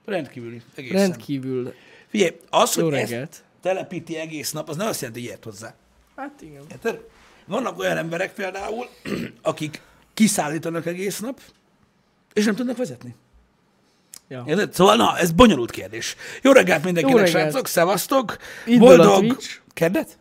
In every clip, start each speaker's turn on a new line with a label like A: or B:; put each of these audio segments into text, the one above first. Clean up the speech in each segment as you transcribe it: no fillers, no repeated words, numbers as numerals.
A: Rendkívüli. Egészen.
B: Rendkívül.
A: Figyelj, az,
B: Jó
A: hogy ezt
B: reggelt.
A: telepíti egész nap, az nem azt jelenti, hogy ért hozzá.
B: Hát igen.
A: Érted? Vannak olyan emberek például, akik kiszállítanak egész nap, és nem tudnak vezetni.
B: Ja.
A: Érted? Szóval, na, ez bonyolult kérdés. Jó reggelt mindenkinek,
B: Jó reggelt.
A: srácok, szevasztok.
B: Indul a
A: Boldog...
B: Twitch.
A: Keddet?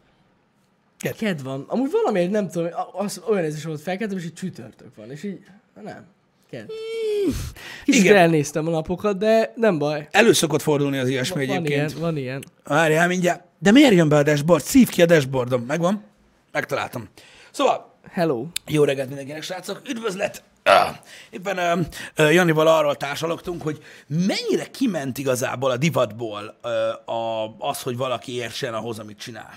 B: Ked van. Amúgy valamiért nem tudom, olyan érzés volt felkeltem, és így csütörtök van. És így, nem. Ked. Kicsit
A: igen.
B: elnéztem a napokat, de nem baj.
A: Elő szokott fordulni az ilyesmi
B: Van
A: egyébként.
B: ilyen, van ilyen.
A: Várjál mindjárt. De miért jön be a dashboard? Szív ki a dashboardom. Megvan? Megtaláltam. Szóval,
B: Hello.
A: jó reggelt mindenkinek, srácok. Üdvözlet! Éppen Janival arról társalogtunk, hogy mennyire kiment igazából a divatból az, hogy valaki értsen ahhoz, amit csinál.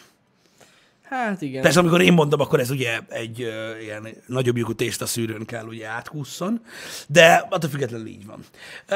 B: Hát igen.
A: Persze, amikor én mondom, akkor ez ugye egy ilyen nagyobb lyukú tésztaszűrőn kell ugye áthússzon, de attól függetlenül így van.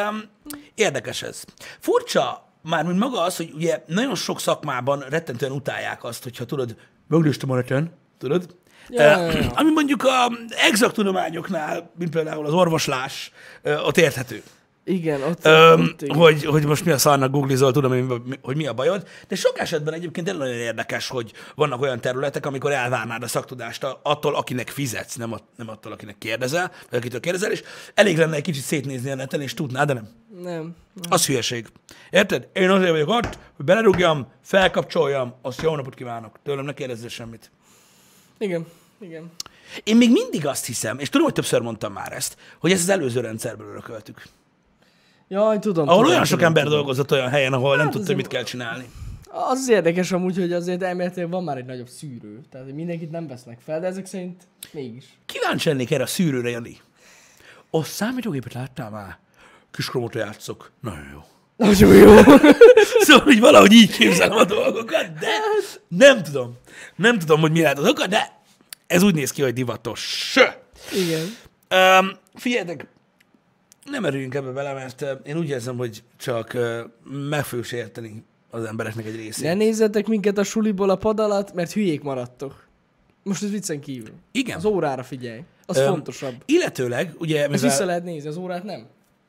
A: Érdekes ez. Furcsa már, mint maga az, hogy ugye nagyon sok szakmában rettentően utálják azt, hogyha tudod, megnéztem a neten, tudod?
B: Ja.
A: Ami mondjuk a exakt tudományoknál, mint például az orvoslás, ott érthető.
B: Igen, ott igen.
A: Hogy most mi a szarnak googlizol, tudom, hogy mi a bajod, de sok esetben egyébként tényleg nagyon érdekes, hogy vannak olyan területek, amikor elvárnád a szaktudást attól, akinek fizetsz, nem attól, akinek kérdezel, vagy akitől kérdezel, és elég lenne egy kicsit szétnézni a neten, és tudnád, de nem.
B: Nem.
A: Az hülyeség. Érted? Én azért vagyok ott, hogy belerúgjam, felkapcsoljam, azt jó napot kívánok. Tőlem ne kérdezzél semmit.
B: Igen. Igen.
A: Én még mindig azt hiszem, és tudom, hogy többször mondtam már ezt, hogy ezt az előző rendszerből örököltük.
B: Jaj, tudom.
A: Ahol
B: tudom,
A: olyan sok ember
B: tudom.
A: dolgozott olyan helyen, ahol nem tudta,
B: azért-
A: mit kell csinálni.
B: Az érdekes amúgy, hogy azért elméletileg van már egy nagyobb szűrő. Tehát hogy mindenkit nem vesznek fel, de ezek szerint mégis.
A: Kíváncsi lennék erre a szűrőre, Jani. Ó, számítógépet láttál már? Kiskromóta játszok. Nagyon jó.
B: Nagyon jó.
A: Szóval, hogy valahogy így képzelem a dolgokat, de nem tudom. Nem tudom, hogy mi lehet az oka, de ez úgy néz ki, hogy divatos.
B: Igen.
A: Figyeljetek, nem erüljünk ebbe bele, mert én úgy érzem, hogy csak meg fogjuk sérteni az embereknek egy részét.
B: Ne nézzetek minket a suliból a pad alatt, mert hülyék maradtok. Most ez viccen kívül.
A: Igen.
B: Az órára figyelj. Az fontosabb.
A: Illetőleg, ugye,
B: Ezt vissza lehet nézni, az órát nem.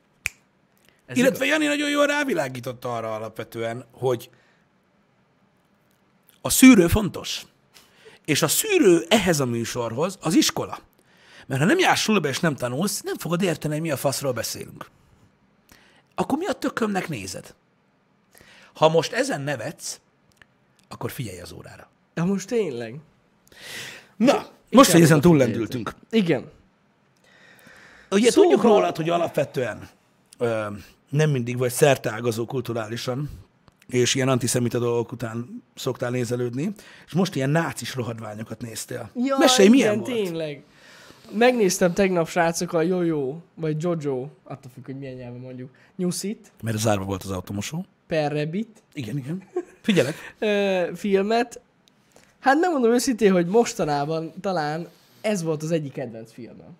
B: Ez
A: illetve Jani nagyon jól rávilágított arra alapvetően, hogy a szűrő fontos. És a szűrő ehhez a műsorhoz az iskola. Mert ha nem jársz suliba és nem tanulsz, nem fogod érteni, hogy mi a faszról beszélünk. Akkor mi a tökömnek nézed? Ha most ezen nevetsz, akkor figyelj az órára.
B: Ja, most tényleg.
A: Na, most, hogy ezen
B: oda
A: túllendültünk.
B: Igen.
A: Ugye
B: Szóval-
A: tudjuk rólad, hogy alapvetően nem mindig vagy szerteágazó kulturálisan, és ilyen antiszemita dolgok után szoktál nézelődni, és most ilyen nácis rohadványokat néztél.
B: Ja,
A: Mesélj, milyen
B: igen,
A: volt?
B: tényleg. Megnéztem tegnap, srác,ok a Jojo, vagy Jojo, attól függ, hogy milyen nyelven mondjuk, Nyuszit,
A: Mert zárva volt az automosó.
B: per Rabbit
A: Igen. Figyelek.
B: filmet. Hát megmondom őszintén, hogy mostanában talán ez volt az egyik kedvenc filmem.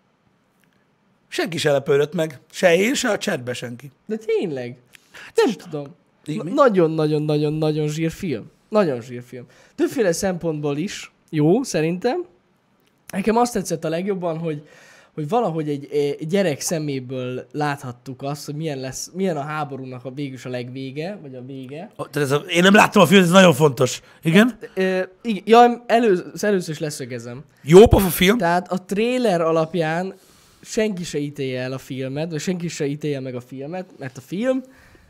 A: Senki se lepődött meg. Se én, se a chatbe senki.
B: De tényleg, nem tudom.
A: Mi?
B: Nagyon-nagyon-nagyon-nagyon zsírfilm. Nagyon zsírfilm. Többféle szempontból is jó, szerintem. Nekem azt tetszett a legjobban, hogy valahogy egy gyerek szeméből láthattuk azt, hogy milyen a háborúnak végülis a legvége, vagy a vége.
A: Én nem láttam a filmet, ez nagyon fontos. Igen?
B: Igen, ja, először is leszögezem.
A: Jó pofa film?
B: Tehát a trailer alapján senki se ítélje el a filmet, vagy senki se ítélje meg a filmet, mert a film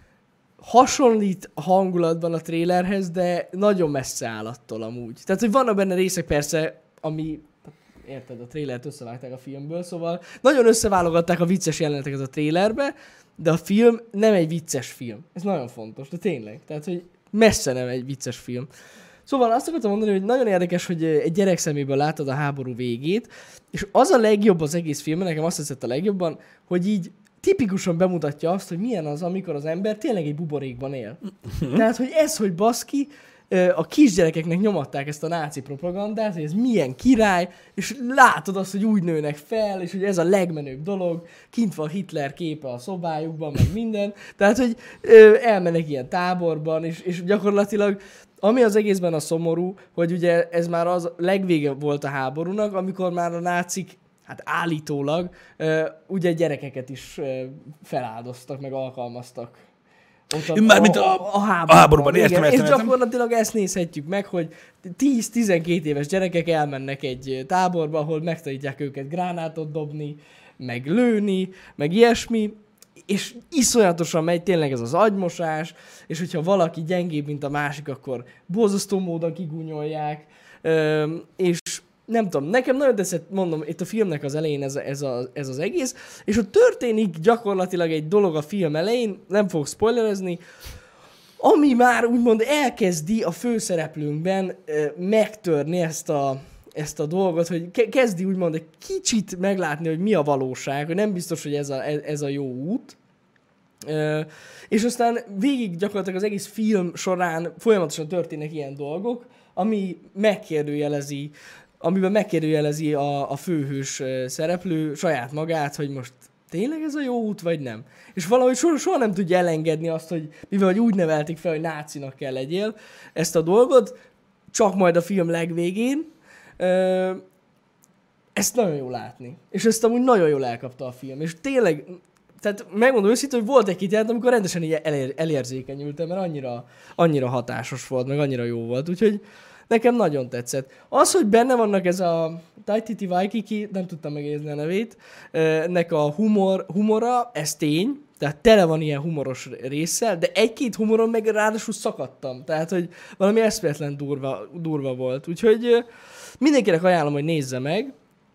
B: hasonlít a hangulatban a trailerhez, de nagyon messze áll attól amúgy. Tehát, hogy vannak benne részek persze, ami, érted, a trailert összevágták a filmből, szóval nagyon összeválogatták a vicces jeleneteket a trailerbe, de a film nem egy vicces film. Ez nagyon fontos, de tényleg. Tehát, hogy messze nem egy vicces film. Szóval azt akartam mondani, hogy nagyon érdekes, hogy egy gyerek szeméből látod a háború végét, és az a legjobb az egész filmben, nekem azt tetszett a legjobban, hogy így tipikusan bemutatja azt, hogy milyen az, amikor az ember tényleg egy buborékban él. Tehát, hogy ez, hogy baszki, a kisgyerekeknek nyomatták ezt a náci propagandát, hogy ez milyen király, és látod azt, hogy úgy nőnek fel, és hogy ez a legmenőbb dolog, kint van Hitler képe a szobájukban, meg minden. Tehát, hogy elmennek ilyen táborban, és gyakorlatilag ami az egészben a szomorú, hogy ugye ez már az legvége volt a háborúnak, amikor már a nácik hát állítólag, ugye gyerekeket is feláldoztak, meg alkalmaztak.
A: Mármint a háborúban, értem.
B: És gyakorlatilag ezt nézhetjük meg, hogy 10-12 éves gyerekek elmennek egy táborba, ahol megtanítják őket gránátot dobni, meg lőni, meg ilyesmi, és iszonyatosan megy tényleg ez az agymosás, és hogyha valaki gyengébb, mint a másik, akkor borzasztó módon kigúnyolják, és nem tudom, nekem nagyon tetszett, mondom, itt a filmnek az elején ez az egész, és ott történik gyakorlatilag egy dolog a film elején, nem fogok spoilerezni, ami már úgymond elkezdi a főszereplőnkben megtörni ezt a dolgot, hogy kezdi úgymond egy kicsit meglátni, hogy mi a valóság, hogy nem biztos, hogy ez a jó út. És aztán végig gyakorlatilag az egész film során folyamatosan történnek ilyen dolgok, amiben megkérdőjelezi a főhős szereplő saját magát, hogy most tényleg ez a jó út, vagy nem. És valahogy soha nem tudja elengedni azt, hogy mivel úgy nevelték fel, hogy nácinak kell legyél ezt a dolgot, csak majd a film legvégén. Ezt nagyon jó látni. És ezt amúgy nagyon jól elkapta a film. És tényleg, tehát megmondom őszintén, hogy volt egy-két jelent, amikor rendesen elérzékenyültem, mert annyira hatásos volt, meg annyira jó volt. Úgyhogy nekem nagyon tetszett. Az, hogy benne vannak ez a Taititi Waikiki, nem tudtam megérzni a nevét, nek a humora, ez tény, tehát tele van ilyen humoros résszel, de egy-két humoron meg ráadásul szakadtam. Tehát, hogy valami eszméletlen durva volt. Úgyhogy mindenkinek ajánlom, hogy nézze meg.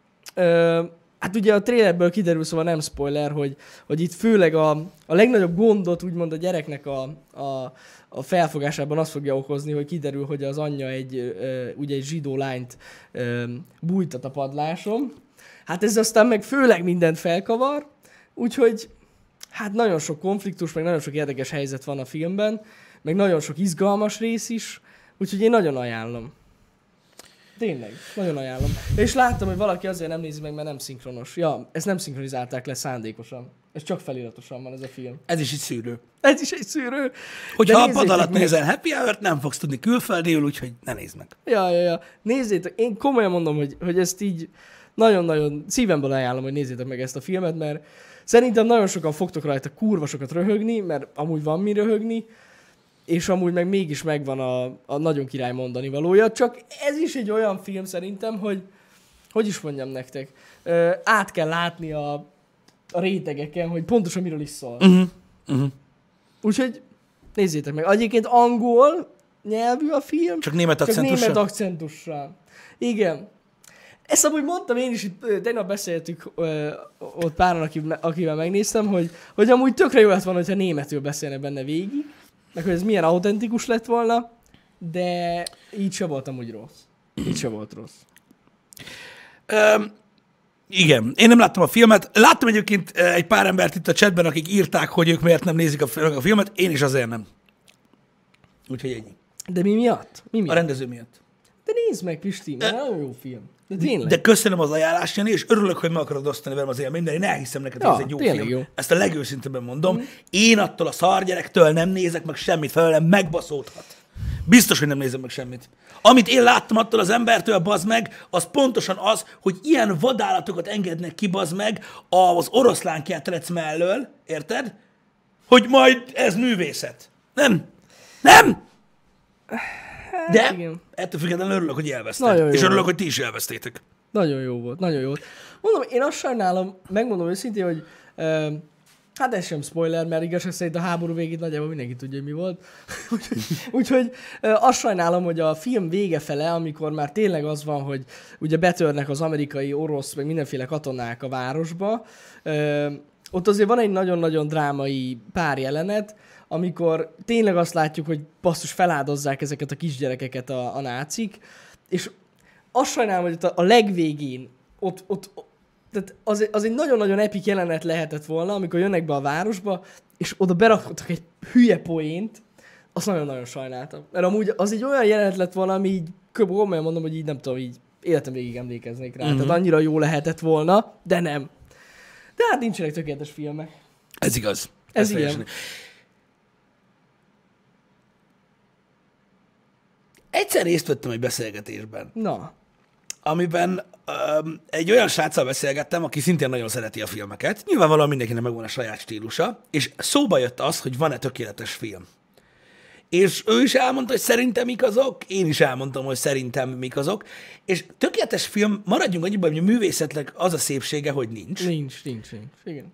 B: Hát ugye a trailerből kiderül, szóval nem spoiler, hogy itt főleg a legnagyobb gondot úgymond a gyereknek a felfogásában azt fogja okozni, hogy kiderül, hogy az anyja ugye egy zsidó lányt bújtat a padláson. Hát ez aztán meg főleg mindent felkavar, úgyhogy hát nagyon sok konfliktus, meg nagyon sok érdekes helyzet van a filmben, meg nagyon sok izgalmas rész is, úgyhogy én nagyon ajánlom. Tényleg, nagyon ajánlom. És láttam, hogy valaki azért nem nézi meg, mert nem szinkronos. Ja, ezt nem szinkronizálták le szándékosan. Ez csak feliratosan van ez a film.
A: Ez is egy szűrő.
B: Ez is egy szűrő.
A: Hogyha a pad alatt nézel Happy Hour-t, nem fogsz tudni külföldéül, úgyhogy ne nézd meg.
B: Ja. Nézzétek, én komolyan mondom, hogy ezt így nagyon-nagyon szívemből ajánlom, hogy nézzétek meg ezt a filmet, mert szerintem nagyon sokan fogtok rajta kurva sokat röhögni, mert amúgy van mi röhögni, és amúgy meg mégis megvan a nagyon király mondani valója, csak ez is egy olyan film szerintem, hogy is mondjam nektek, át kell látni a rétegeken, hogy pontosan miről is szól. Úgyhogy nézzétek meg. Egyébként angol nyelvű a film,
A: csak német
B: akcentussal. Igen. Ezt amúgy mondtam én is, itt tegnap beszéltük ott páran, akivel megnéztem, hogy amúgy tökre jó lett volna, hogyha németül beszélne benne végig, meg hogy ez milyen autentikus lett volna, de így se volt amúgy rossz. Így se volt rossz.
A: Igen, én nem láttam a filmet. Láttam egyébként egy pár embert itt a chatben, akik írták, hogy ők miért nem nézik a filmet, én is azért nem. Úgyhogy ennyi.
B: De mi miatt?
A: A rendező miatt.
B: De nézd meg, Pisti, mert nagyon jó film. De tényleg.
A: De köszönöm az ajánlást, Jani, és örülök, hogy meg akarod osztani velem az élményt, de én elhiszem neked, hogy ez egy jó film.
B: Jó.
A: Ezt a legőszintebben mondom. Én attól a szargyerektől nem nézek meg semmit, felőlem megbaszódhat. Biztos, hogy nem nézem meg semmit. Amit én láttam attól az embertől, bazd meg, az pontosan az, hogy ilyen vadállatokat engednek ki, bazd meg, az oroszlán ketrec mellől, érted? Hogy majd ez művészet. Nem. De
B: igen.
A: Ettől függetlenül örülök, hogy élvezted. És örülök, hogy ti is élveztétek.
B: Nagyon jó volt. Mondom, én azt sajnálom, megmondom őszintén, hogy hát ez sem spoiler, mert igazság szerint a háború végét nagyjából mindenki tudja, hogy mi volt. Úgyhogy azt sajnálom, hogy a film vége fele, amikor már tényleg az van, hogy ugye betörnek az amerikai, orosz, meg mindenféle katonák a városba, ott azért van egy nagyon-nagyon drámai pár jelenet, amikor tényleg azt látjuk, hogy basszus feláldozzák ezeket a kisgyerekeket a nácik, és azt sajnálom, hogy a legvégén tehát az egy nagyon-nagyon epik jelenet lehetett volna, amikor jönnek be a városba, és oda berakottak egy hülye poént, azt nagyon-nagyon sajnáltam. Mert amúgy az egy olyan jelenet lett volna, ami így, komolyan mondom, hogy így nem tudom, így életem végig emlékeznék rá. Tehát annyira jó lehetett volna, de nem. De hát nincsenek tökéletes filmek.
A: Ez igaz.
B: Ez igen.
A: Egyszer részt vettem egy beszélgetésben.
B: Na.
A: amiben egy olyan sráccal beszélgettem, aki szintén nagyon szereti a filmeket. Nyilvánvalóan mindenkinek megvan a saját stílusa, és szóba jött az, hogy van-e tökéletes film. És ő is elmondta, hogy szerintem mik azok, én is elmondtam, hogy szerintem mik azok, és tökéletes film, maradjunk annyiban, hogy a művészetnek az a szépsége, hogy nincs.
B: Nincs. Igen.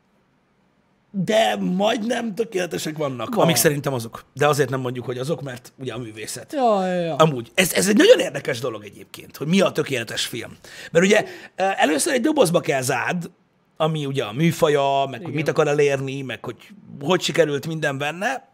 A: De majdnem tökéletesek vannak, amik szerintem azok. De azért nem mondjuk, hogy azok, mert ugye a művészet.
B: Ja.
A: Amúgy. Ez egy nagyon érdekes dolog egyébként, hogy mi a tökéletes film. Mert ugye először egy dobozba kell zárd, ami ugye a műfaja, meg hogy mit akar elérni, meg hogy sikerült minden benne.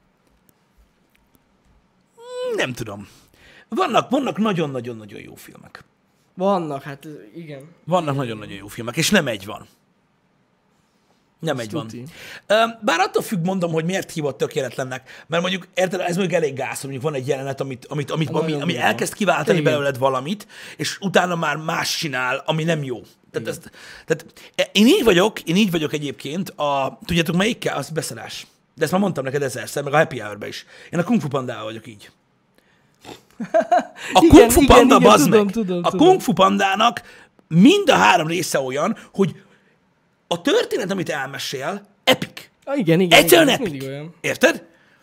A: Nem tudom. Vannak nagyon-nagyon-nagyon jó filmek.
B: Vannak, hát igen.
A: Vannak nagyon-nagyon jó filmek, és nem egy van. Nem egy van. Bár attól függ, mondom, hogy miért hívott tökéletlennek. Mert mondjuk, érted, ez mondjuk elég gáz, hogy mondjuk van egy jelenet, ami elkezd kiváltani belőled valamit, és utána már más csinál, ami nem jó. Tehát én így vagyok egyébként, tudjátok melyikkel? Az beszarás. De ezt már mondtam neked ezerszer, meg a Happy Hour-ben is. Én a Kung Fu Pandával vagyok így. A Kung Fu Panda, bazd meg! A Kung Fu Pandának mind a 3 része olyan, hogy a történet, amit elmesél, epic.
B: Igen.
A: Egyszerűen epic. Érted?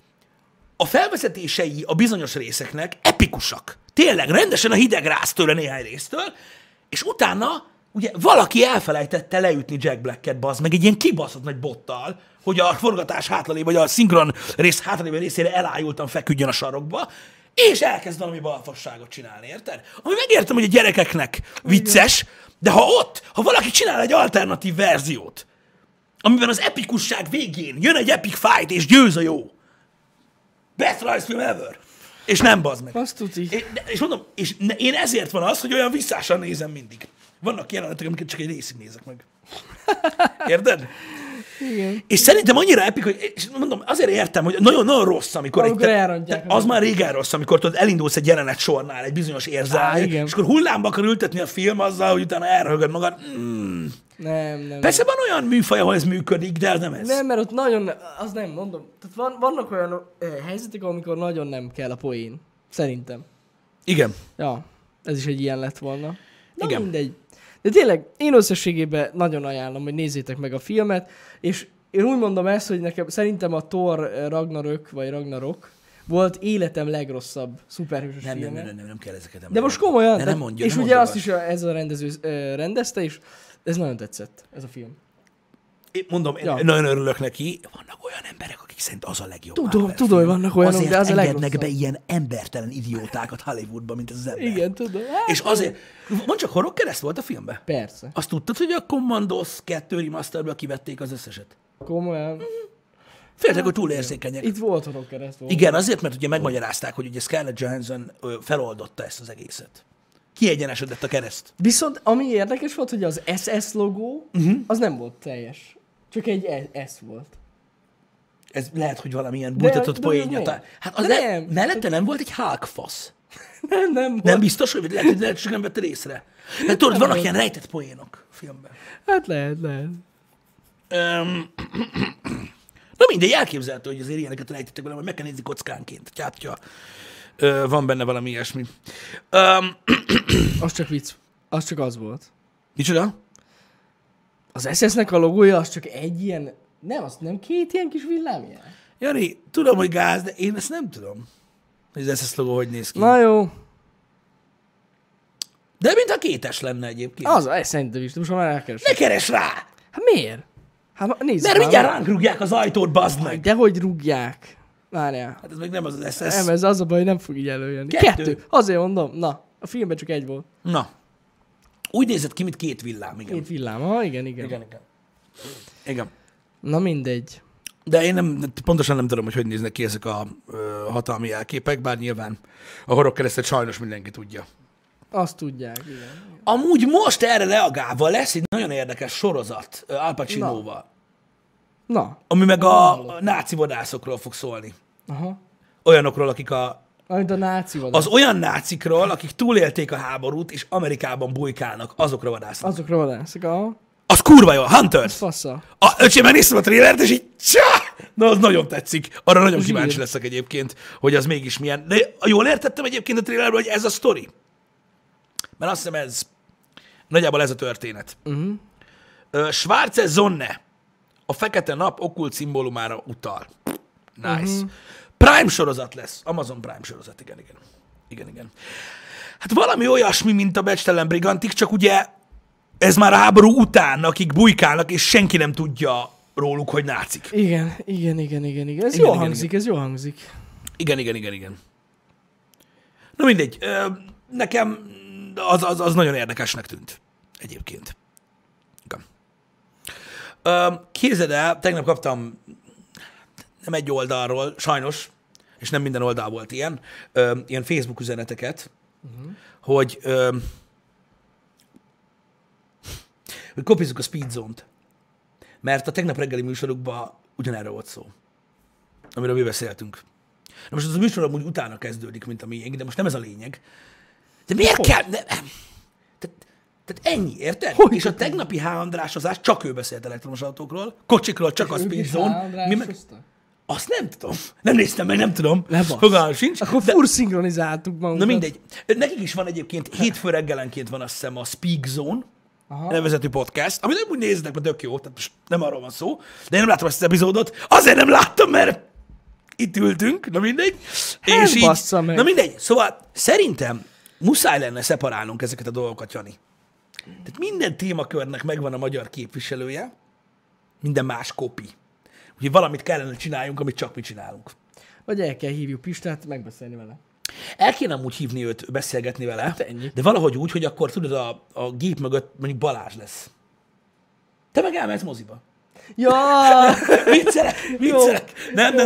A: A felvezetései a bizonyos részeknek epikusak. Tényleg, rendesen a hideg ráz tőle néhány résztől, és utána ugye valaki elfelejtette leütni Jack Black-et, bazd meg egy ilyen kibaszott nagy bottal, hogy a forgatás hátralévő, vagy a szinkron rész hátralévő részére elájultan feküdjön a sarokba, és elkezd valami balfasságot csinálni, érted? Ami megértem, hogy a gyerekeknek vicces, de ha valaki csinál egy alternatív verziót, amiben az epikusság végén jön egy epic fight, és győz a jó. Best rajzfilm ever. És nem bazd meg.
B: Azt tuti.
A: És mondom, én ezért van az, hogy olyan visszásan nézem mindig. Vannak jelenetek, amiket csak egy részig nézek meg. Érted?
B: Igen.
A: És szerintem annyira epik, hogy és mondom, azért értem, hogy nagyon rossz, amikor az már régen rossz, amikor tudod, elindulsz egy jelenet sornál, egy bizonyos érzelmet, és akkor hullámba akar ültetni a film azzal, hogy utána elröhögöd magad.
B: Nem.
A: Persze van olyan műfaj, ahol ez működik, de ez nem ez.
B: Nem, mert ott nagyon, az nem, mondom. Tehát vannak olyan helyzetek, amikor nagyon nem kell a poén. Szerintem.
A: Igen.
B: Ja, ez is egy ilyen lett volna. Na
A: igen.
B: Mindegy. De tényleg, én összességében nagyon ajánlom, hogy nézzétek meg a filmet, és én úgy mondom ezt, hogy nekem szerintem a Thor Ragnarok volt életem legrosszabb szuperhősös filme.
A: Nem kell ezeket említeni.
B: De most komolyan.
A: Nem mondja,
B: és ugye azt is ez a rendező rendezte, és ez nagyon tetszett, ez a film.
A: Én mondom, én nagyon örülök neki. Vannak olyan emberek, akik szerint az a legjobb.
B: Tudom, hogy vannak olyanok, de az a legrosszabb.
A: Engednek be ilyen embertelen idiótákat Hollywoodba, mint ez az ember.
B: Igen, tudom.
A: És azért, mondd csak, horrorkereszt volt a filmben?
B: Persze.
A: Azt tudtad, hogy a Commandos 2 remasterből kivették az összeset?
B: Komolyan.
A: Féltek, hogy túlérzékenyek.
B: Itt volt horrorkereszt.
A: Igen, azért, mert ugye megmagyarázták, hogy ugye Scarlett Johansson feloldotta ezt az egészet. Kiegyenesedett a kereszt.
B: Viszont ami érdekes volt, hogy az SS logó, az nem volt teljes. Csak egy S volt.
A: Ez lehet, hogy valamilyen bújtatott poénja. Hát az mellette nem volt egy Hulk fasz. Nem biztos, hogy lehet, csak nem vetted észre. Mert tudod, vannak ilyen rejtett poénok a filmben.
B: Hát lehet.
A: Na mindegy, elképzelhető, hogy azért ilyeneket rejtettek velem, hogy meg kell nézni kockánként. Tehát, hogyha van benne valami ilyesmi.
B: Az csak vicc. Az csak az volt.
A: Micsoda?
B: Az SS-nek a logója az csak egy ilyen... Nem, az nem 2 ilyen kis villámjel?
A: Jani, tudom, hogy gáz, de én ezt nem tudom, hogy az SS logó hogy néz ki.
B: Na jó.
A: De mintha 2-es lenne egyébként.
B: Az, szerintem is, de most már elkeresem.
A: Ne keres rá!
B: Hát miért? Hát nézd.
A: Mert mindjárt ránk rúgják az ajtót, bazd meg!
B: Dehogy rúgják. Várjál.
A: Hát ez meg nem az SS.
B: Nem, ez az a baj, hogy nem fog így előjönni. 2. Azért mondom. Na, a filmben csak 1 volt.
A: Na. Úgy nézett ki, mint 2 villám, igen.
B: 2 villám, igen.
A: Igen.
B: Na mindegy.
A: De én pontosan nem tudom, hogy néznek ki ezek a hatalmi jelképek, bár nyilván a horrorkeresztet sajnos mindenki tudja.
B: Azt tudják, igen.
A: Amúgy most erre reagálva lesz egy nagyon érdekes sorozat Al Pacinoval.
B: Na.
A: Ami meg a náci vadászokról fog szólni.
B: Aha.
A: Olyanokról, akik
B: Amit a náci vadász.
A: Az olyan nácikról, akik túlélték a háborút, és Amerikában bujkálnak, azokra vadásznak.
B: Azokra vadászik, aha.
A: Az kurva jó, Hunters!
B: Ez fassa.
A: Öcsém, megnéztem a trélert, és így na, az nagyon tetszik. Arra nagyon kíváncsi leszek egyébként, hogy az mégis milyen. De jól értettem egyébként a trélerből, hogy ez a sztori. Mert azt hiszem nagyjából ez a történet. Schwarze Sonne, a fekete nap okkult szimbólumára utal. Nice. Prime sorozat lesz. Amazon Prime sorozat, igen. Hát valami olyasmi, mint a Becstelen Brigantik, csak ugye ez már a háború után, akik bujkálnak, és senki nem tudja róluk, hogy nácik.
B: Igen. Ez jól hangzik.
A: Igen. Na mindegy, nekem az nagyon érdekesnek tűnt egyébként. Képzeld el, tegnap kaptam nem egy oldalról, sajnos, és nem minden oldal volt ilyen Facebook üzeneteket, hogy kopizzuk a Speed Zone-t. Mert a tegnap reggeli műsorukban ugyanerről volt szó, amiről mi beszéltünk. Na most az a műsor amúgy utána kezdődik, mint a miénk, de most nem ez a lényeg. De miért kell? Tehát ennyi, érted?
B: Hogy?
A: És a tegnapi H. Andrásozás, csak ő beszélt elektromos autókról, kocsikról csak a Speed Zone. Azt nem tudom. Nem néztem meg, nem tudom. Fogalmam sincs.
B: Akkor full szinkronizáltuk magunkat.
A: Na mindegy. Nekik is van egyébként, hétfő reggelenként van azt hiszem a Speak Zone, nevezetű podcast, amit nem úgy néznek, mert tök jó, tehát most nem arról van szó, de én nem láttam ezt az epizódot. Azért nem láttam, mert itt ültünk, na mindegy. És így, na mindegy. Szóval szerintem muszáj lenne szeparálnunk ezeket a dolgokat, Jani. Tehát minden témakörnek megvan a magyar képviselője, minden más kopi. Úgyhogy valamit kellene csináljunk, amit csak mi csinálunk.
B: Vagy el kell hívjuk Pistát, megbeszélni vele.
A: El kéne amúgy hívni őt, beszélgetni vele,
B: hát
A: de valahogy úgy, hogy akkor tudod, a gép mögött mondjuk Balázs lesz. Te meg elmehetsz moziba.
B: Ja!
A: Viccelek. Nem.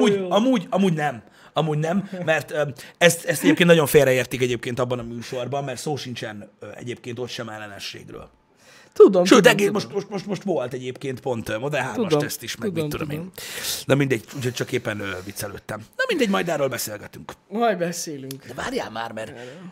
A: Amúgy nem, mert ezt egyébként nagyon félreértik egyébként abban a műsorban, mert szó sincsen egyébként ott sem ellenességről.
B: Tudom.
A: Sőt, egész most volt egyébként pont Model 3-as teszt is, meg mit tudom én. Na mindegy, úgyhogy csak éppen viccelődtem. Na mindegy, majd erről beszélgetünk.
B: Majd beszélünk.
A: De várjál már, mert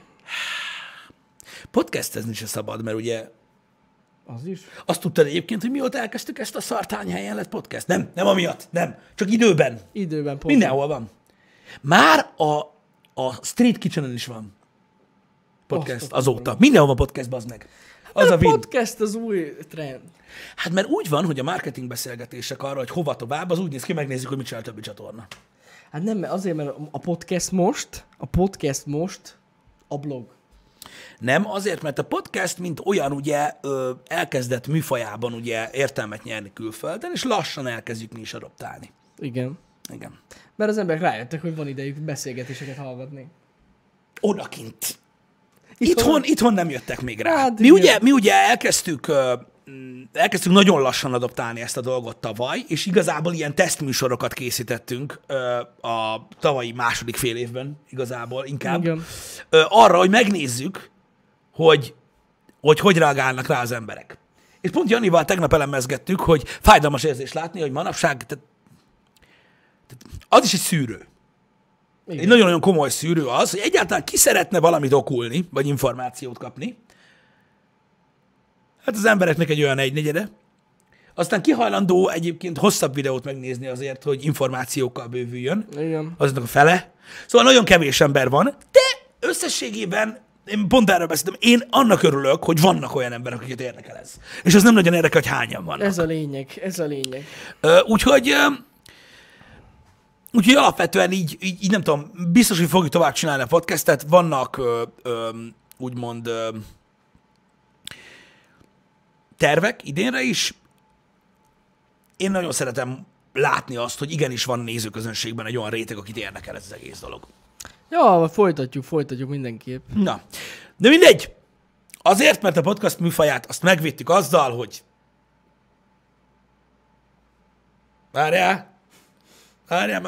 A: podcastezni se szabad, mert ugye
B: az is.
A: Azt tudtad egyébként, hogy mióta elkezdtük ezt a szartány helyen lett podcast? Nem amiatt, nem. Csak időben.
B: Időben pont.
A: Mindenhol van. Már a Street Kitchen-en is van podcast azóta. Mindenhol van podcast, bazd meg.
B: Az a podcast az új trend.
A: Hát mert úgy van, hogy a marketing beszélgetések arra, hogy hova tovább, az úgy néz ki, megnézzük, hogy mit csinál a többi csatorna.
B: Hát nem, azért, mert a podcast most a blog.
A: Nem, azért, mert a podcast, mint olyan, ugye elkezdett műfajában ugye értelmet nyerni külföldön, és lassan elkezdjük mi is adoptálni.
B: Igen.
A: Igen.
B: Mert az emberek rájöttek, hogy van idejük beszélgetéseket hallgatni.
A: Odakint. Itthon nem jöttek még rá.
B: Hát,
A: mi ugye elkezdtük nagyon lassan adoptálni ezt a dolgot tavaly, és igazából ilyen tesztműsorokat készítettünk a tavalyi második fél évben igazából inkább.
B: Igen.
A: Arra, hogy megnézzük, hogy reagálnak rá az emberek. És pont Janival tegnap elemezgettük, hogy fájdalmas érzés látni, hogy manapság az is egy szűrő. Igen. Egy nagyon-nagyon komoly szűrő az, hogy egyáltalán ki szeretne valamit okulni, vagy információt kapni. Hát az embereknek egy olyan egynegyede. Aztán kihajlandó egyébként hosszabb videót megnézni azért, hogy információkkal bővüljön.
B: Igen.
A: Azoknak a fele. Szóval nagyon kevés ember van, de összességében én pont erről beszéltem, én annak örülök, hogy vannak olyan emberek, akiket érdekel ez. És az nem nagyon érdekel, hogy hányan vannak.
B: Ez a lényeg.
A: Úgyhogy alapvetően így nem tudom, biztos, hogy fogjuk tovább csinálni a podcastet. Vannak úgymond tervek idénre is. Én nagyon szeretem látni azt, hogy igenis van nézőközönségben egy olyan réteg, akit érdekel ez az egész dolog.
B: Ja, folytatjuk mindenképp.
A: Na, de mindegy. Azért, mert a podcast műfaját azt megvédtük azzal, hogy Várjál már.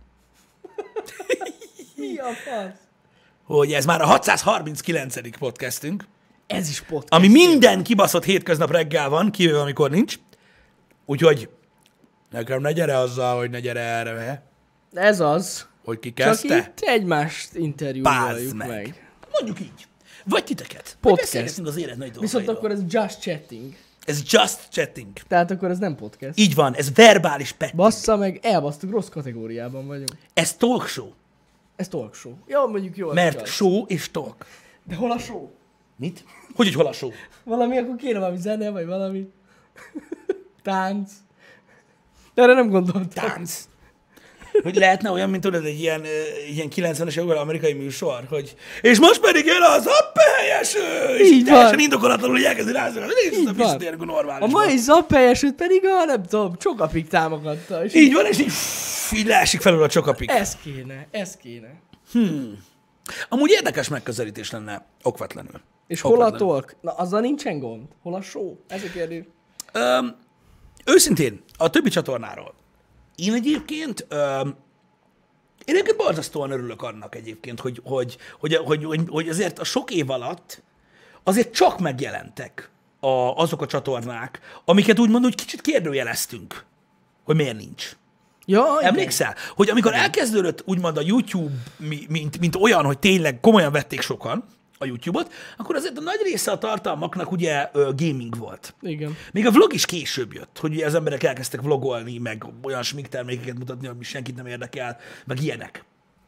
B: Mi a fasz?
A: Hogy ez már a 639. podcastünk.
B: Ez is podcast.
A: Ami minden kibaszott hétköznap reggel van, kivéve amikor nincs. Úgyhogy nekem ne gyere azzal, hogy ne gyere erre.
B: Ez az.
A: Hogy ki kezdte?
B: Csak itt egymást interjúoljuk meg.
A: Mondjuk így. Vagy titeket.
B: Podcast.
A: Az élet nagy dolgairól.
B: Viszont akkor ez just chatting.
A: Ez just chatting.
B: Tehát akkor ez nem podcast.
A: Így van, ez verbális petting.
B: Bassza meg, elbasztuk, rossz kategóriában vagyunk.
A: Ez talk show.
B: Ez talk show. Ja, mondjuk jó.
A: Mert show és talk.
B: De hol a show?
A: Mit? Hogy hol a show?
B: Valami, akkor kéne valami zene, vagy valami. Tánc. De erre nem gondoltam.
A: Tánc. Hogy lehetne olyan, mint tudod, egy ilyen 90-es években amerikai műsor, hogy és most pedig jön az zappehelyeső! És így teljesen indokolatlanul, hogy elkezdi rázolni, és ez a visszatérünk a normálisba.
B: A mai zappehelyesőt pedig nem tudom, Csokapik támogatta. És
A: így van, és így leesik felül a Csokapik.
B: Ez kéne.
A: Amúgy érdekes megközelítés lenne okvetlenül.
B: És hol a tolk? Na, azzal nincsen gond. Hol a show? Ez a kérdés.
A: Őszintén, a többi csatornáról. Én egyébként borzasztóan örülök annak egyébként, hogy azért a sok év alatt azért csak megjelentek azok a csatornák, amiket úgymond úgy kicsit kérdőjeleztünk, hogy miért nincs.
B: Ja,
A: emlékszel? Hogy amikor elkezdődött úgymond a YouTube, mint olyan, hogy tényleg komolyan vették sokan a YouTube-ot, akkor azért a nagy része a tartalmaknak ugye gaming volt.
B: Igen.
A: Még a vlog is később jött, hogy ugye az emberek elkezdtek vlogolni, meg olyan sminktermékeket mutatni, ami senkit nem érdekel, meg ilyenek.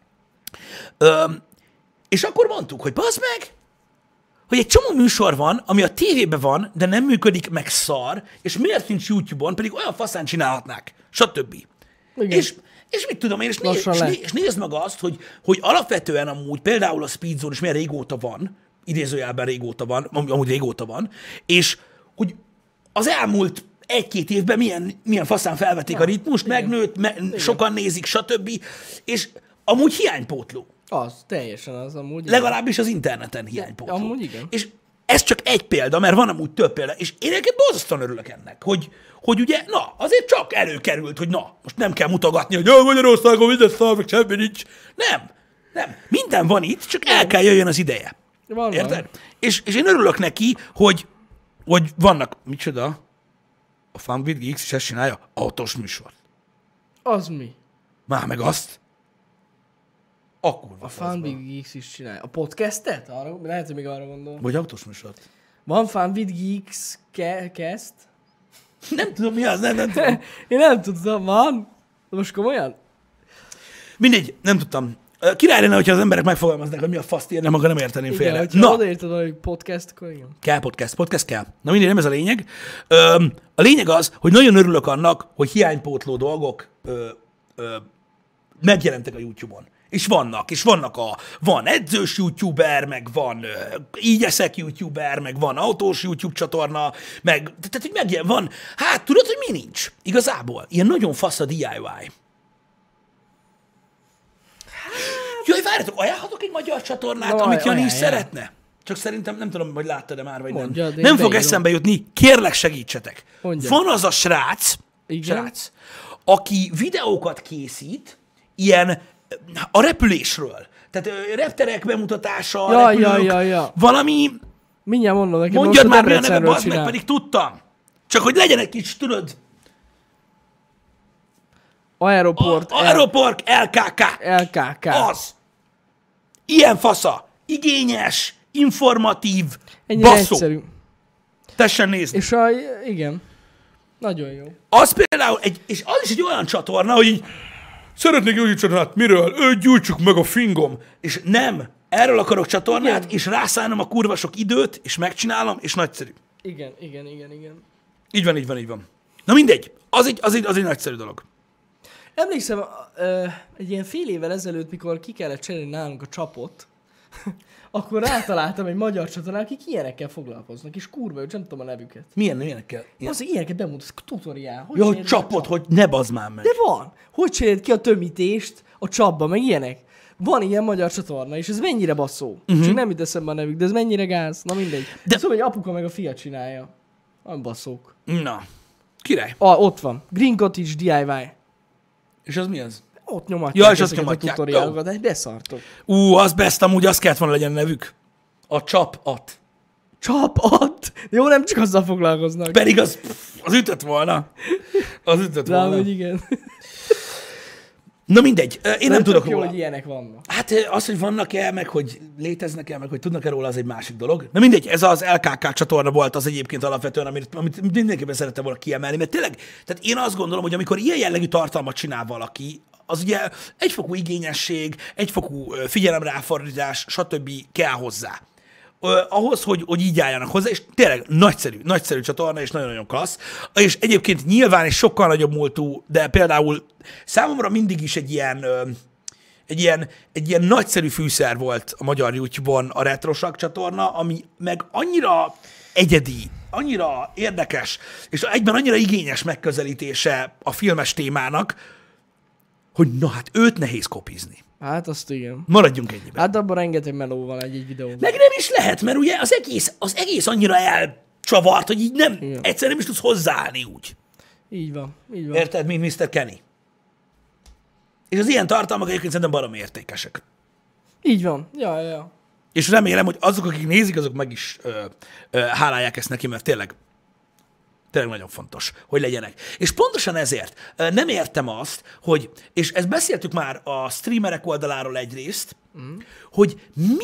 A: És akkor mondtuk, hogy bazd meg, hogy egy csomó műsor van, ami a tévében van, de nem működik, meg szar, és miért nincs YouTube-on, pedig olyan faszán csinálhatnák, stb. És mit tudom én, és nézd meg azt, hogy alapvetően amúgy például a Speedzone is milyen régóta van, idézőjelben régóta van, amúgy régóta van, és hogy az elmúlt 1-2 évben milyen faszán felvették a ritmust, megnőtt, sokan nézik, stb. És amúgy hiánypótló.
B: Az, teljesen az amúgy.
A: Legalábbis az interneten hiánypótló.
B: Amúgy igen.
A: És ez csak egy példa, mert van amúgy több példa, és én egyébként borzasztóan örülök ennek, hogy ugye, na, azért csak előkerült, hogy na, most nem kell mutogatni, hogy Magyarországon minden szar, meg semmi nincs. Nem. Minden van itt, csak el kell jöjjön az ideje. Érted? És én örülök neki, hogy vannak, micsoda, a Fun with Geeks is ezt csinálja, autós műsor.
B: Az mi?
A: Már meg azt. Akkor
B: a Fun with Geeks is csinálja. A podcastet? Lehet, hogy még arra gondol.
A: Vagy autós műsort.
B: Van Fun with Geeks cast?
A: Nem tudom, mi az, nem tudom.
B: Én nem tudtam, van? De most komolyan?
A: Mindegy, nem tudtam. Király lenne, hogyha az emberek megfogalmaznak, hogy mi a faszt írne, maga nem érteném félre.
B: Igen, hogyha odaírtad, hogy podcast, akkor igen.
A: Kell podcast kell. Na mindegy, nem ez a lényeg. A lényeg az, hogy nagyon örülök annak, hogy hiánypótló dolgok megjelentek a YouTube-on. És vannak van edzős youtuber, meg van így eszek youtuber, meg van autós YouTube csatorna, meg, tehát hogy van, hát tudod, hogy mi nincs? Igazából, ilyen nagyon fasz a DIY. Jaj, várjatok, ajánlhatok egy magyar csatornát, amit Jani is szeretne? Csak szerintem nem tudom, hogy láttad-e már, vagy
B: mondja,
A: nem. Nem fog eszembe jutni, kérlek segítsetek.
B: Mondja.
A: Van az a srác, aki videókat készít, ilyen a repülésről. Tehát repterek bemutatása, repülők, valami...
B: Mindjárt mondom nekem.
A: Mondjad már, mi a neve, bazd meg, pedig tudtam. Csak hogy legyen egy kicsit, tudod... Aeroport LKK. Az. Ilyen fasza. Igényes, informatív,
B: ennyire
A: basszó.
B: Egyszerű.
A: Tessen nézni.
B: És igen. Nagyon jó.
A: Az például, és az is egy olyan csatorna, hogy így szeretnék YouTube csatornát, miről? Gyújtsuk meg a fingom. És nem, erről akarok csatornát, igen. És rászállnom a kurva sok időt, és megcsinálom, és nagyszerű.
B: Igen.
A: Így van. Na mindegy, az egy nagyszerű dolog.
B: Emlékszem, egy ilyen fél évvel ezelőtt, mikor ki kellett cserélni nálunk a csapot, akkor rátaláltam egy magyar csatornát, akik ilyenekkel foglalkoznak, és kurva, nem tudom a nevüket.
A: Milyenekkel?
B: Az ilyeneket bemutatsz, tutoriál.
A: Hogy csapot, hogy ne bazd már meg.
B: De van. Hogy csináld ki a tömítést a csapba, meg ilyenek. Van ilyen magyar csatorna, és ez mennyire basszó. Csak nem jut eszembe a nevük, de ez mennyire gáz. Na mindegy. De szóval, hogy apuka meg a fia csinálja. Nem basszók.
A: Na, király.
B: Ott van. Green Cottage DIY.
A: És az mi az?
B: Ott nyomatják,
A: és azt nyomatják.
B: A tutoriálokat, de beszartok.
A: Az best, amúgy azt kellett volna legyen nevük. A Csapat.
B: Csapat? Jó, nem csak azzal foglalkoznak.
A: Pedig az ütött volna.
B: De hogy igen.
A: Na mindegy, én nem tudok
B: róla. Hogy ilyenek vannak.
A: Hát az, hogy vannak-e, meg hogy léteznek-e, meg hogy tudnak-e róla, az egy másik dolog. Na mindegy, ez az LKK csatorna volt az egyébként alapvetően, amit mindenképpen szerettem volna kiemelni, mert tényleg, tehát én azt gondolom, hogy amikor ilyen jellegű tartalmat csinál valaki, az ugye egyfokú igényesség, egyfokú figyelemráfordítás, stb. Kell hozzá. ahhoz, hogy így álljanak hozzá, és tényleg nagyszerű csatorna, és nagyon-nagyon klassz. És egyébként nyilván egy sokkal nagyobb múltú, de például számomra mindig is egy ilyen nagyszerű fűszer volt a magyar YouTube-on a Retrosak csatorna, ami meg annyira egyedi, annyira érdekes, és egyben annyira igényes megközelítése a filmes témának, hogy na hát őt nehéz kopizni.
B: Hát azt igen.
A: Maradjunk ennyiben.
B: Hát abban rengeteg meló van egy videóban.
A: Meg nem is lehet, mert ugye az egész annyira elcsavart, hogy így nem,
B: Igen.
A: egyszerűen nem is tudsz hozzáállni úgy.
B: Így van.
A: Érted, mint Mr. Kenny. És az ilyen tartalmak egyébként szerintem baromi értékesek.
B: Így van. Ja.
A: És remélem, hogy azok, akik nézik, azok meg is hálálják ezt neki, mert tényleg nagyon fontos, hogy legyenek. És pontosan ezért nem értem azt, hogy, és ezt beszéltük már a streamerek oldaláról egyrészt, hogy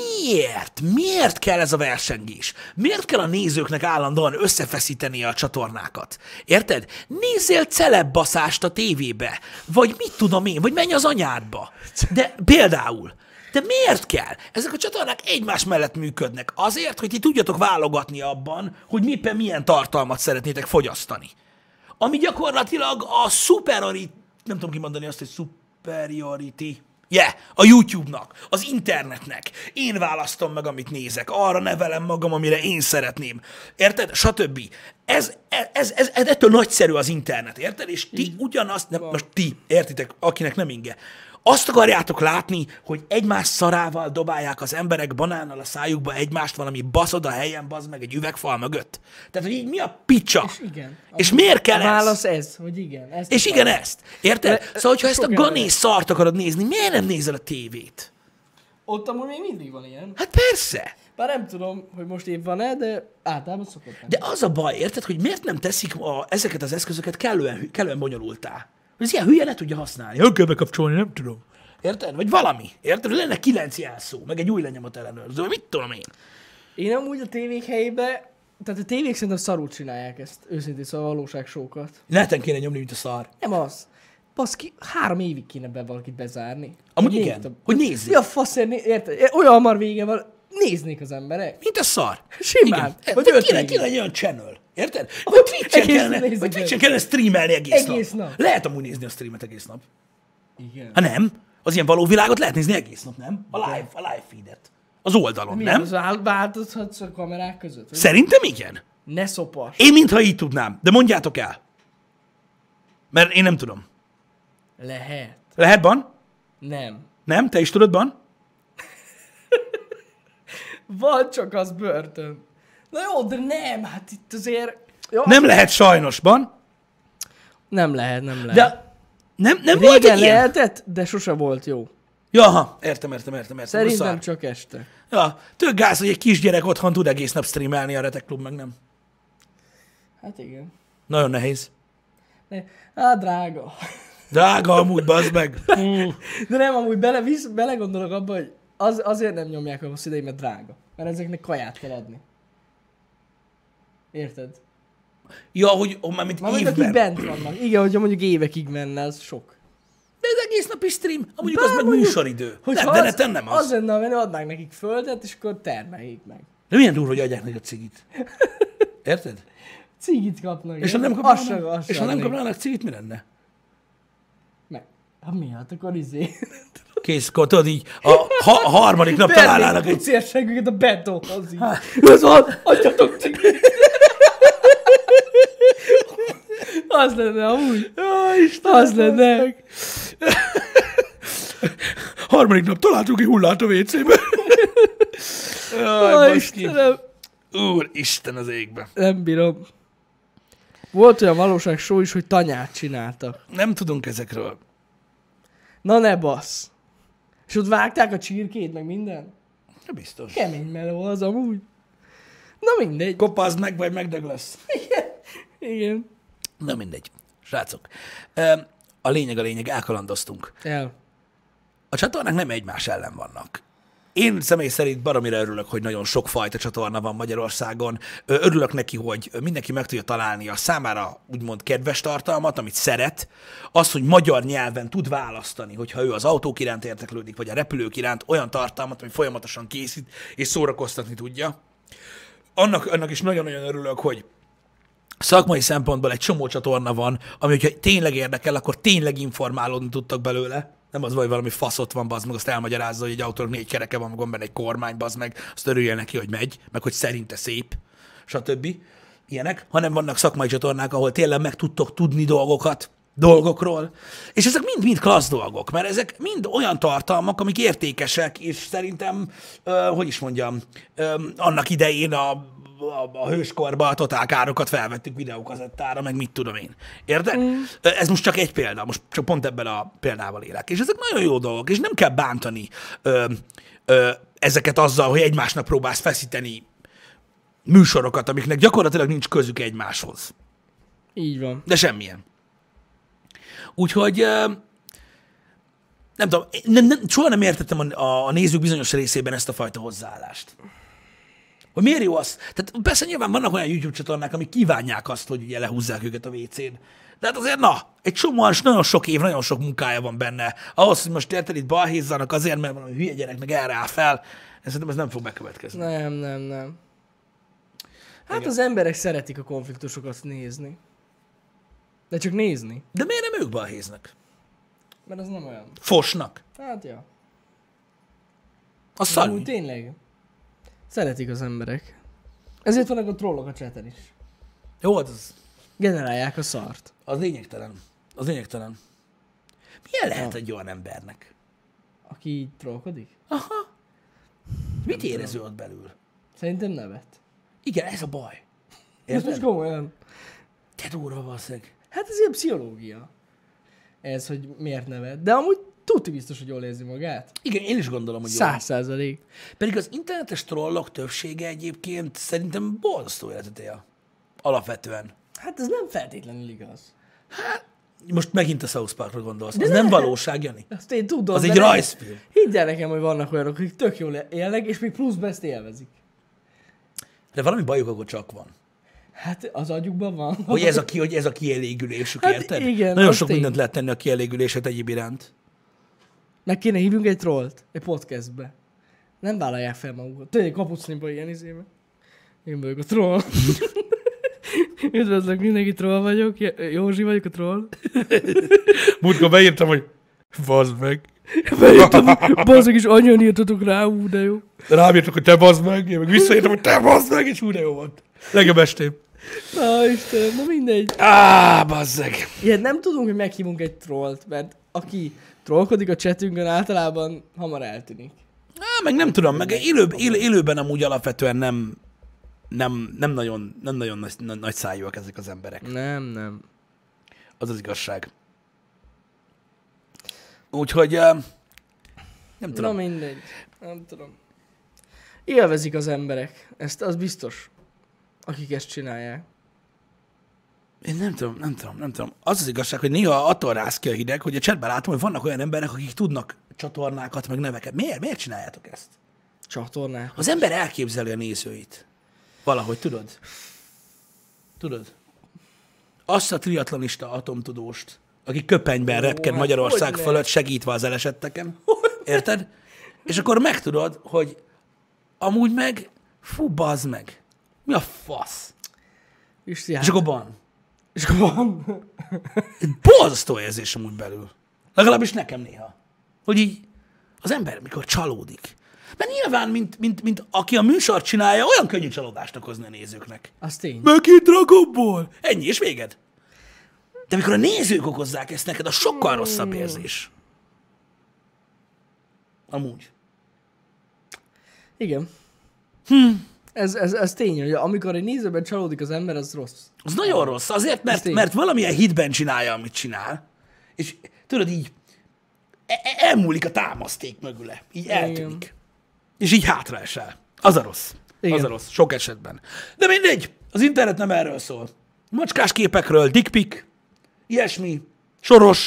A: miért kell ez a versengés? Miért kell a nézőknek állandóan összefeszíteni a csatornákat? Érted? Nézzél celebbaszást a tévébe, vagy mit tudom én, vagy menj az anyádba. De például, de miért kell? Ezek a csatornák egymás mellett működnek. Azért, hogy ti tudjatok válogatni abban, hogy éppen milyen tartalmat szeretnétek fogyasztani. Ami gyakorlatilag a nem tudom kimondani azt, hogy superiority. A YouTube-nak, az internetnek. Én választom meg, amit nézek. Arra nevelem magam, amire én szeretném. Érted? Stb. Ez ettől nagyszerű az internet, érted? És ti ugyanazt, most ti, értitek, akinek nem inge. Azt akarjátok látni, hogy egymás szarával dobálják az emberek banánnal a szájukba egymást valami baszod a helyen, bazd meg egy üvegfal mögött. Tehát, hogy így mi a picsa?
B: És igen.
A: És miért kell
B: a válasz ez, hogy igen.
A: És igen, ezt. Érted? Szóval, hogyha ezt a ganés szart akarod nézni, miért nem nézel a tévét?
B: Ott amúgy még mindig van ilyen.
A: Hát persze.
B: Bár nem tudom, hogy most épp van-e, de általában szokott lenni.
A: De az a baj, érted, hogy miért nem teszik ezeket az eszközöket kellően bonyolultá? Hogy az ilyen hülye ne tudja használni. Hogy kell bekapcsolni, nem tudom. Érted? Vagy valami. Érted? Lenne 9 jelszó, meg egy új lenyomott ellenőrző, vagy mit tudom én.
B: Én amúgy a tévék helyébe, tehát a tévék szerintem szarul csinálják ezt, őszintén szóval valóságsókat.
A: Neten kéne nyomni, mint a szar.
B: Nem az. Baszki, 3 évig kéne be valakit bezárni.
A: Amúgy igen, hogy nézzék.
B: Mi a faszért, érted? Olyan hamar vége van, néznék az emberek.
A: Mint a szar.
B: Simán.
A: Igen.
B: Vagy
A: Vagy
B: 5
A: kéne egy olyan channel. Érted? Vagy Twitch-en kellene streamelni egész nap. Lehet amúgy nézni a streamet egész nap.
B: Igen.
A: Ha nem, az ilyen való világot lehet nézni egész nap, nem? A live feedet. Az oldalon, nem?
B: Az változhatsz a kamerák között?
A: Szerintem igen.
B: Ne szopas.
A: Én mintha így tudnám, de mondjátok el. Mert én nem tudom.
B: Lehet.
A: Lehet, Ban?
B: Nem.
A: Nem? Te is tudod, Ban?
B: Van, csak az börtön. Na jó, de nem, hát itt azért... Jó,
A: Nem lehet sajnos, Ban.
B: Nem lehet.
A: De nem volt
B: Régen
A: egy ilyen?
B: lehetett, de sose volt jó.
A: Jaha, értem.
B: Szerintem
A: Szar.
B: csak este.
A: Ja, tök gáz, hogy egy kisgyerek otthon tud egész nap streamelni, a Retek Klub meg nem.
B: Hát igen.
A: Nagyon nehéz.
B: Drága.
A: Drága amúgy, bazd meg.
B: De nem, amúgy belegondolok abba, hogy azért nem nyomják a hosszú ideig, mert drága. Mert ezeknek kaját kell adni. Érted?
A: Ja, hogy mármint
B: Mármint akik
A: évben.
B: bent vannak. Igen, hogyha mondjuk évekig menne, az sok.
A: De ez egész napi stream, mondjuk
B: Bár
A: az meg
B: mondjuk,
A: műsoridő.
B: Hogyha
A: Nem, de neten nem az.
B: Az lenne a menő, adnák nekik földet, és akkor termeljék meg.
A: De milyen durva, hogy adják neki a cigit. Érted?
B: Cigit kapnak.
A: És ha nem
B: kapnának,
A: kapnának cigit, mi lenne?
B: meg. Hát mi? Hát akkor izé.
A: Kész, akkor tudod így, a harmadik nap találnának egy...
B: Pucérságüket a betonhoz így. Ez van, adjatok cigit. Az lenne amúgy. Az lenne.
A: Harmadik nap találtunk egy hullát a WC-be.
B: Jaj, Istenem.
A: Úristen az égbe.
B: Nem bírom. Volt olyan valóság show is, hogy tanyát csináltak.
A: Nem tudunk ezekről.
B: Na ne bassz. És ott vágták a csirkét, meg minden.
A: De biztos.
B: Kemény meló az amúgy. Na mindegy.
A: Kopázd meg, vagy megdög lesz.
B: Igen.
A: Na mindegy. Srácok, a lényeg, elkalandoztunk.
B: El.
A: A csatornák nem egymás ellen vannak. én személy szerint baromira örülök, hogy nagyon sok fajta csatorna van Magyarországon. Örülök neki, hogy mindenki meg tudja találni a számára úgymond kedves tartalmat, amit szeret. Az, hogy magyar nyelven tud választani, hogyha ő az autók iránt érdeklődik, vagy a repülők iránt olyan tartalmat, ami folyamatosan készít, és szórakoztatni tudja. Annak is nagyon-nagyon örülök, hogy szakmai szempontból egy csomó csatorna van, ami, hogyha tényleg érdekel, akkor tényleg informálódni tudtak belőle. Nem az, hogy valami faszot van, bazd meg, azt elmagyarázza, hogy egy autónak 4 kereke van, van benne egy kormány, bazd meg, azt örüljön neki, hogy megy, meg hogy szerinte szép, stb. Ilyenek, hanem vannak szakmai csatornák, ahol tényleg meg tudtok tudni dolgokról, és ezek mind klassz dolgok, mert ezek mind olyan tartalmak, amik értékesek, és szerintem, hogy is mondjam, annak idején a hőskorban a totálkárokat felvettük videókazettára, meg mit tudom én. Érted? Ez most csak egy példa, most csak pont ebben a példával élek. És ezek nagyon jó dolgok, és nem kell bántani ezeket azzal, hogy egymásnak próbálsz feszíteni műsorokat, amiknek gyakorlatilag nincs közük egymáshoz.
B: Így van.
A: De semmilyen. Úgyhogy nem tudom, soha nem értettem a nézők bizonyos részében ezt a fajta hozzáállást. Hogy miért jó az? Tehát persze nyilván vannak olyan YouTube csatornák, amik kívánják azt, hogy ugye lehúzzák őket a WC-n. De hát azért egy csomó, nagyon sok év, nagyon sok munkája van benne. Ahhoz, hogy most érted, itt balhézzanak azért, mert valami hülye gyerek meg erre áll fel. Szerintem ez nem fog bekövetkezni.
B: Nem. Hát igen. Az emberek szeretik a konfliktusokat nézni. De csak nézni.
A: De miért nem ők balhéznak?
B: Mert az nem olyan.
A: Fosnak.
B: Hát ja.
A: A szarú.
B: Úgy tényleg. Szeretik az emberek. Ezért vannak a trollok a chaten is.
A: Jó, az...
B: Generálják a szart.
A: Az lényegtelen. Milyen lehet egy olyan embernek?
B: Aki így trollkodik?
A: Aha. Mit érez ő ott belül?
B: Szerintem nevet.
A: Igen, ez a baj.
B: Ez most komolyan.
A: Te durva valószínűleg.
B: Hát ez ilyen pszichológia. Ez, hogy miért nevet. De amúgy tudti biztos, hogy jól érzi magát.
A: Igen, én is gondolom, hogy jól.
B: 100%.
A: Pedig az internetes trollok többsége egyébként szerintem borzasztó életet él. Alapvetően.
B: Hát ez nem feltétlenül igaz.
A: Hát, most megint a South Parkra gondolsz. Az nem valóság, Jani.
B: Azt én tudom.
A: Az egy rajzfilm.
B: Hidd el nekem, hogy vannak olyanok, akik tök jól élnek, és még pluszban ezt élvezik.
A: De valami bajuk akkor csak van.
B: Hát az agyukban van.
A: Hogy ez a kielégülésük,
B: hát
A: érted?
B: igen,
A: nagyon sok mindent lehet tenni a kielégülését egyéb iránt.
B: Meg kéne hívjunk egy trollt, egy podcastbe. Nem vállalják fel magukat. Tényleg kapucniba ilyen izébe. Én vagyok a troll. Üdvözlök, mindenki troll vagyok. Józsi vagyok a troll.
A: Múltkor beírtam, hogy bazd meg.
B: Beírtam, hogy bazd meg, és annyian írtatok rá, de jó.
A: Rám írtak, hogy te bazd meg, én meg visszaírtam, hogy te bazd meg, és de jó volt. Legjobb estém.
B: Na Istenem, na mindegy.
A: Bazd meg.
B: Ilyet nem tudunk, hogy meghívunk egy trollt, mert aki trollkodik a chatünkön, általában hamar eltűnik.
A: Meg nem tudom, meg élőben amúgy alapvetően nem nagyon nagy szájúak ezek az emberek.
B: Nem.
A: Az az igazság. Úgyhogy nem tudom.
B: Na mindegy, nem tudom. Élvezik az emberek, ezt az biztos, akik ezt csinálják.
A: Én nem tudom. Az az igazság, hogy néha attól rász ki a hideg, hogy a chatben látom, hogy vannak olyan emberek, akik tudnak csatornákat, meg neveket. Miért csináljátok ezt?
B: Csatornák.
A: Az ember elképzeli a nézőit. Valahogy, Tudod? Azt a triatlonista atomtudóst, aki köpenyben repked Magyarország fölött, segítve az elesetteken. Érted? És akkor megtudod, hogy amúgy meg, bazd meg. Mi a fasz? És akkor van. Egy borzasztó érzés amúgy belül. Legalábbis nekem néha. Hogy így az ember mikor csalódik. Mert nyilván, mint aki a műsort csinálja, olyan könnyű csalódást okozni a nézőknek.
B: Az tény.
A: Megint Dragonból! Ennyi, és véged. De amikor a nézők okozzák ezt neked, az sokkal rosszabb érzés. Amúgy.
B: Igen. Ez tény, hogy amikor egy nézőben csalódik az ember, az rossz.
A: Az nagyon rossz, azért, mert valamilyen hitben csinálja, amit csinál. És tudod, így elmúlik a támaszték mögüle. Így eltűnik. Igen. És így hátraesel. Az a rossz. Igen. Az a rossz. Sok esetben. De mindegy, az internet nem erről szól. Macskás képekről, dick pic, ilyesmi, soros.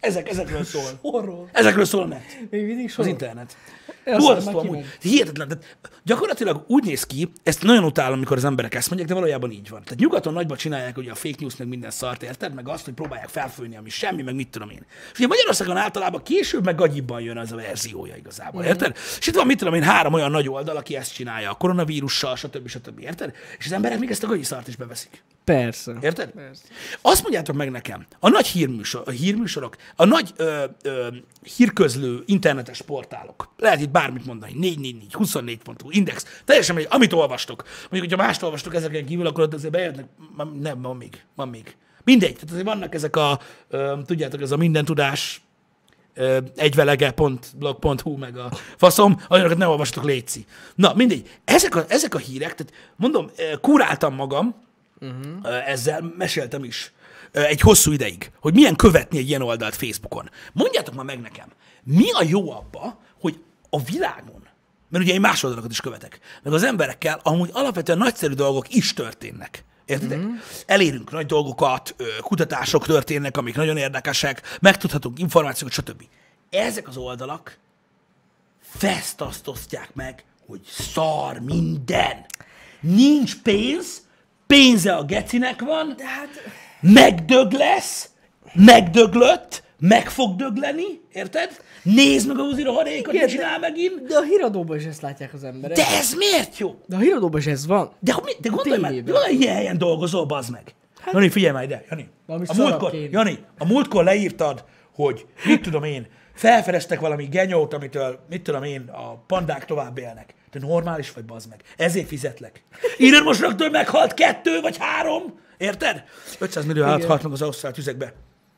A: Ezekről szól.
B: Horror.
A: Ezekről szól a net.
B: Még mindig
A: Az
B: sorol.
A: internet.
B: Azt
A: Borzasztó
B: már
A: amúgy.
B: kimegy.
A: Hihetetlen. Tehát gyakorlatilag úgy néz ki, ezt nagyon utálom, amikor az emberek ezt mondják, de valójában így van. Tehát nyugaton nagyban csinálják ugye a fake news, meg minden szart, érted? Meg azt, hogy próbálják felfőni, ami semmi, meg mit tudom én. És ugye Magyarországon általában később meg gagyibban jön az a verziója igazából, érted? És itt van, mit tudom én, 3 olyan nagy oldal, aki ezt csinálja, a koronavírussal, stb. Érted? És az emberek még ezt a gagyi szart is beveszik.
B: Persze.
A: Érted?
B: Persze.
A: Azt mondjátok meg nekem, a nagy hírműsorok, a nagy hírközlő internetes portálok, lehet itt bármit mondani, 444, 24.hu, Index, teljesen mindegy, amit olvastok. Mondjuk, hogyha mást olvastok ezeken kívül, akkor ott azért bejönnek, nem, van még. Mindegy, tehát azért vannak ezek a, tudjátok, ez a mindentudás, egyvelege.blog.hu, meg a faszom, olyanokat nem olvastok, létszi. Na, mindegy. Ezek a hírek, tehát mondom, kuráltam magam, ezzel meséltem is egy hosszú ideig, hogy milyen követni egy ilyen oldalt Facebookon. Mondjátok már meg nekem, mi a jó abba, hogy a világon, mert ugye én más oldalakat is követek, meg az emberekkel amúgy alapvetően nagyszerű dolgok is történnek. Értitek? Elérünk nagy dolgokat, kutatások történnek, amik nagyon érdekesek, megtudhatunk információkat, stb. Ezek az oldalak azt osztják meg, hogy szar minden. Nincs pénz, pénze a gecinek van,
B: De hát...
A: megdög lesz, megdöglött, meg fog dögleni, érted? Nézd meg a Uzi rohadékot, mit csinál megint.
B: De a híradóban is ezt látják az emberek.
A: De ez miért jó?
B: De a híradóban is ez van.
A: De gondolj már,
B: tévében.
A: valami ilyen helyen dolgozol, bazd meg. Jani, figyelj már ide, Jani.
B: Valami
A: A múltkor leírtad, hogy mit tudom én, felfedeztek valami genyót, amitől, mit tudom én, a pandák tovább élnek. Te normális vagy, bazd meg. Ezért fizetlek. Írod most rögtön meghalt 2 vagy 3, érted? 500 millió állat halt meg az ausztrál tüzekbe.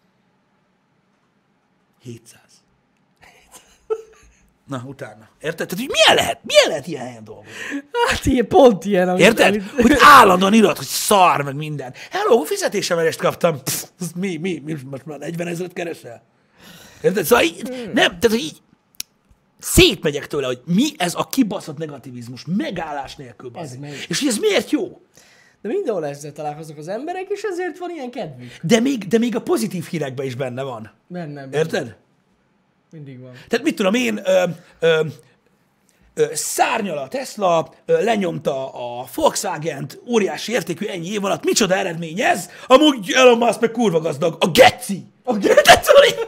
A: 700. Na, utána. Érted? Tehát, hogy milyen lehet ilyen helyen dolgozni?
B: Hát ilyen, pont ilyen.
A: Érted? Hogy állandóan írod, hogy szar, meg minden. Hello, fizetésemelést kaptam. Pff, az mi? Most már 40 000 keresel? Érted? Szóval így, nem, tehát hogy így szétmegyek tőle, hogy mi ez a kibaszott negativizmus, megállás nélkül.
B: Ez megy.
A: És hogy ez miért jó?
B: De mindenhol ezzel találkoznak az emberek, és ezért van ilyen kedvük.
A: De még a pozitív hírekben is benne van.
B: Benne.
A: Érted?
B: Mindig van.
A: Tehát mit tudom én, szárnyal a Tesla, lenyomta a Volkswagen-t, óriási értékű ennyi év alatt. Micsoda eredmény ez? Amúgy Elon Musk meg kurva gazdag. A geci! Tehát,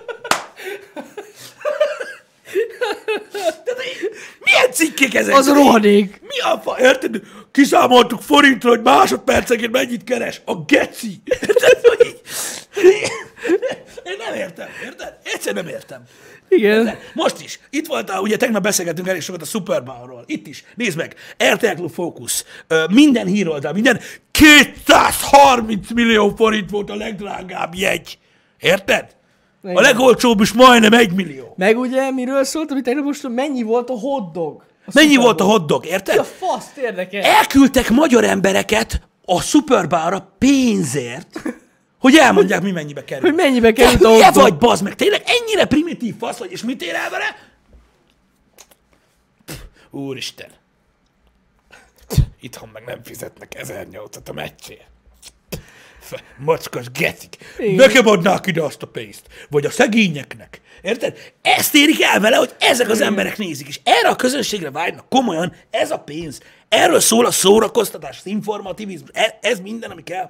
A: milyen cikkek ezek?
B: Az rohadék.
A: Mi a fa? Érted? Kiszámoltuk forintra, hogy másodpercenként mennyit keres. A geci! Tehát, hogy így... Én nem értem, érted? Egyszerűen nem értem.
B: Igen.
A: Most is. Itt voltál, ugye tegnap beszélgettünk elég sokat a Super Bowl-ról. Itt is. Nézd meg. RTL Klub Fókusz. Minden híroldal, minden 230 millió forint volt a legdrágább jegy. Érted? A legolcsóbb is majdnem 1 millió.
B: Meg ugye miről szólt, amit tegnap most mennyi volt a hotdog?
A: Mennyi volt a hotdog,
B: Mi
A: érted?
B: a faszt érdekel?
A: Elküldtek magyar embereket a Super Bowl-ra pénzért, hogy elmondják, mi mennyibe kerül.
B: Hogy mennyibe került
A: Te
B: a
A: hülye
B: hotdog?
A: vagy, bazd meg, tényleg ennyire primitív fasz vagy, és mit ér el vele? Pff, úristen. Itthon meg nem fizetnek 1800 a meccsért. Macskos gecik.
B: Igen.
A: Nekem adnák ide azt a pénzt. Vagy a szegényeknek. Érted? Ezt érik el vele, hogy ezek az emberek nézik. És erre a közönségre vágynak. Komolyan, ez a pénz. Erről szól a szórakoztatás, az informativizmus. Ez minden, ami kell.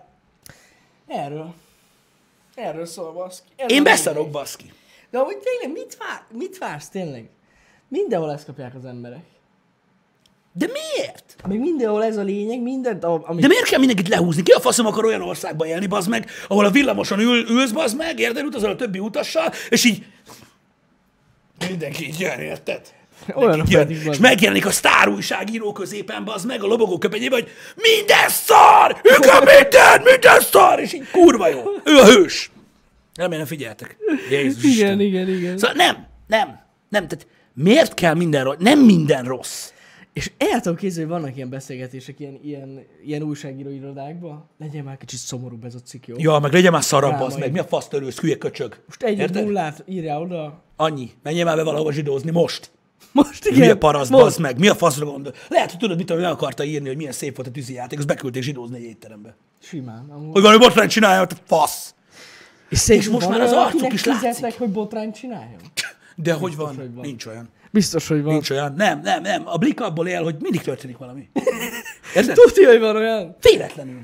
B: Erről szól, baszki. Ez
A: Én
B: a
A: beszarok,
B: lényeg.
A: baszki.
B: De hogy tényleg mit vársz tényleg? Mindenhol ezt kapják az emberek.
A: De miért?
B: Még mindenhol ez a lényeg, mindent, amit...
A: De miért kell mindenkit lehúzni? Ki a faszom akar olyan országban élni, bazd meg, ahol a villamoson ülsz, bazd meg, érted, utazol a többi utassal, és így mindenki így jön, érted?
B: Olyan
A: Mindenki jön,
B: pedig van.
A: és megjelenik a sztár újságíró középen, bazd meg, a lobogó köpenyében, hogy minden szar! Minden szar! És így kurva jó. Ő a hős. Remélem figyeltek. Jézus Isten.
B: Igen.
A: Szóval nem, tehát miért kell minden rossz? Nem minden rossz.
B: És el tudom képzelni, hogy vannak ilyen beszélgetések ilyen újságíró irodákban. Legyen már kicsit szomorúbb ez a cikk, jó?
A: Ja, meg legyen már szarabb,
B: Drámai.
A: az meg. Mi a fasz törősz, hülye köcsög?
B: Most egy
A: Érted?
B: nullát írjál oda.
A: Annyi. Menjél már be valahova zsidózni most.
B: Most igen.
A: Hülye parasz,
B: most.
A: bazd meg. Mi a faszra gondol? Lehet, hogy tudod, mit tudom, meg akarta írni, hogy milyen szép volt a tűzijáték, azt beküldték zsidózni egy étterembe.
B: Simán. Amúgy.
A: Hogy valami botrányt csinálja, hogy fasz.
B: És
A: most már az arcuk is látszik.
B: fizetnek, hogy botrányt csináljon?
A: De hogy van?
B: hogy van.
A: Nincs olyan.
B: Biztos, hogy van.
A: Nincs olyan. Nem. A Blik abból él, hogy mindig történik valami. Érted?
B: Tudja, hogy van olyan.
A: Véletlenül.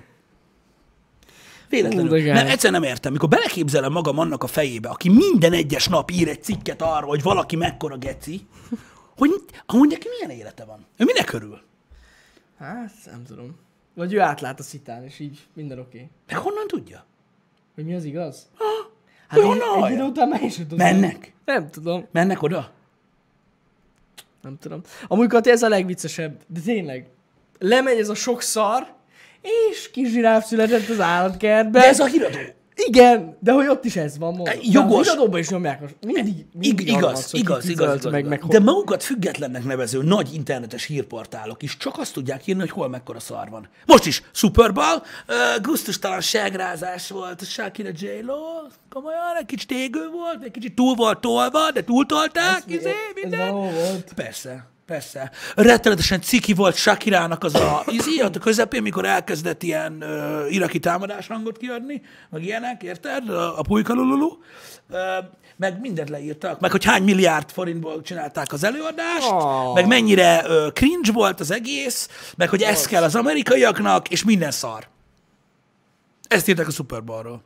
B: De
A: Nem, egyszer nem értem. Mikor beleképzelem magam annak a fejébe, aki minden egyes nap ír egy cikket arról, hogy valaki mekkora geci, hogy amúgy neki milyen élete van. Ő minek örül?
B: Hát, nem tudom. Vagy ő átlát a szitán, és így minden oké.
A: Meg honnan tudja?
B: Hogy mi az igaz?
A: Ő
B: Hát
A: honnan
B: egy
A: hallja?
B: idő után meg is tudom.
A: Mennek?
B: Nem tudom.
A: Mennek oda?
B: Nem tudom. Amúgy Kati, ez a legviccesebb. De tényleg. Lemegy ez a sok szar, és kis zsiráf született az állatkertbe.
A: De ez a híradó.
B: Igen, de hogy ott is ez van most.
A: Jogos.
B: A híradóban is nyomják. Mindig arra van szó, hogy ki közölte meg
A: De magukat függetlennek nevező nagy internetes hírportálok is csak azt tudják írni, hogy hol mekkora szar van. Most is Super Bowl, gusztustalan ságrázás volt a Shakira J-Lo, komolyan, egy kicsit égő volt, egy kicsit túl volt tolva, de túltolták, minden.
B: Ez való volt.
A: Persze. Rettenetesen ciki volt Shakirának az ott a közepén, mikor elkezdett ilyen iraki támadás hangot kiadni, meg ilyenek, érted? A pulykalululu. Meg mindent leírtak, meg hogy hány milliárd forintból csinálták az előadást, meg mennyire cringe volt az egész, meg hogy ez kell az amerikaiaknak, és minden szar. Ezt írtak a Super Bowl-ról.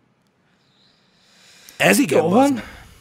A: Ez igen,
B: Jó van.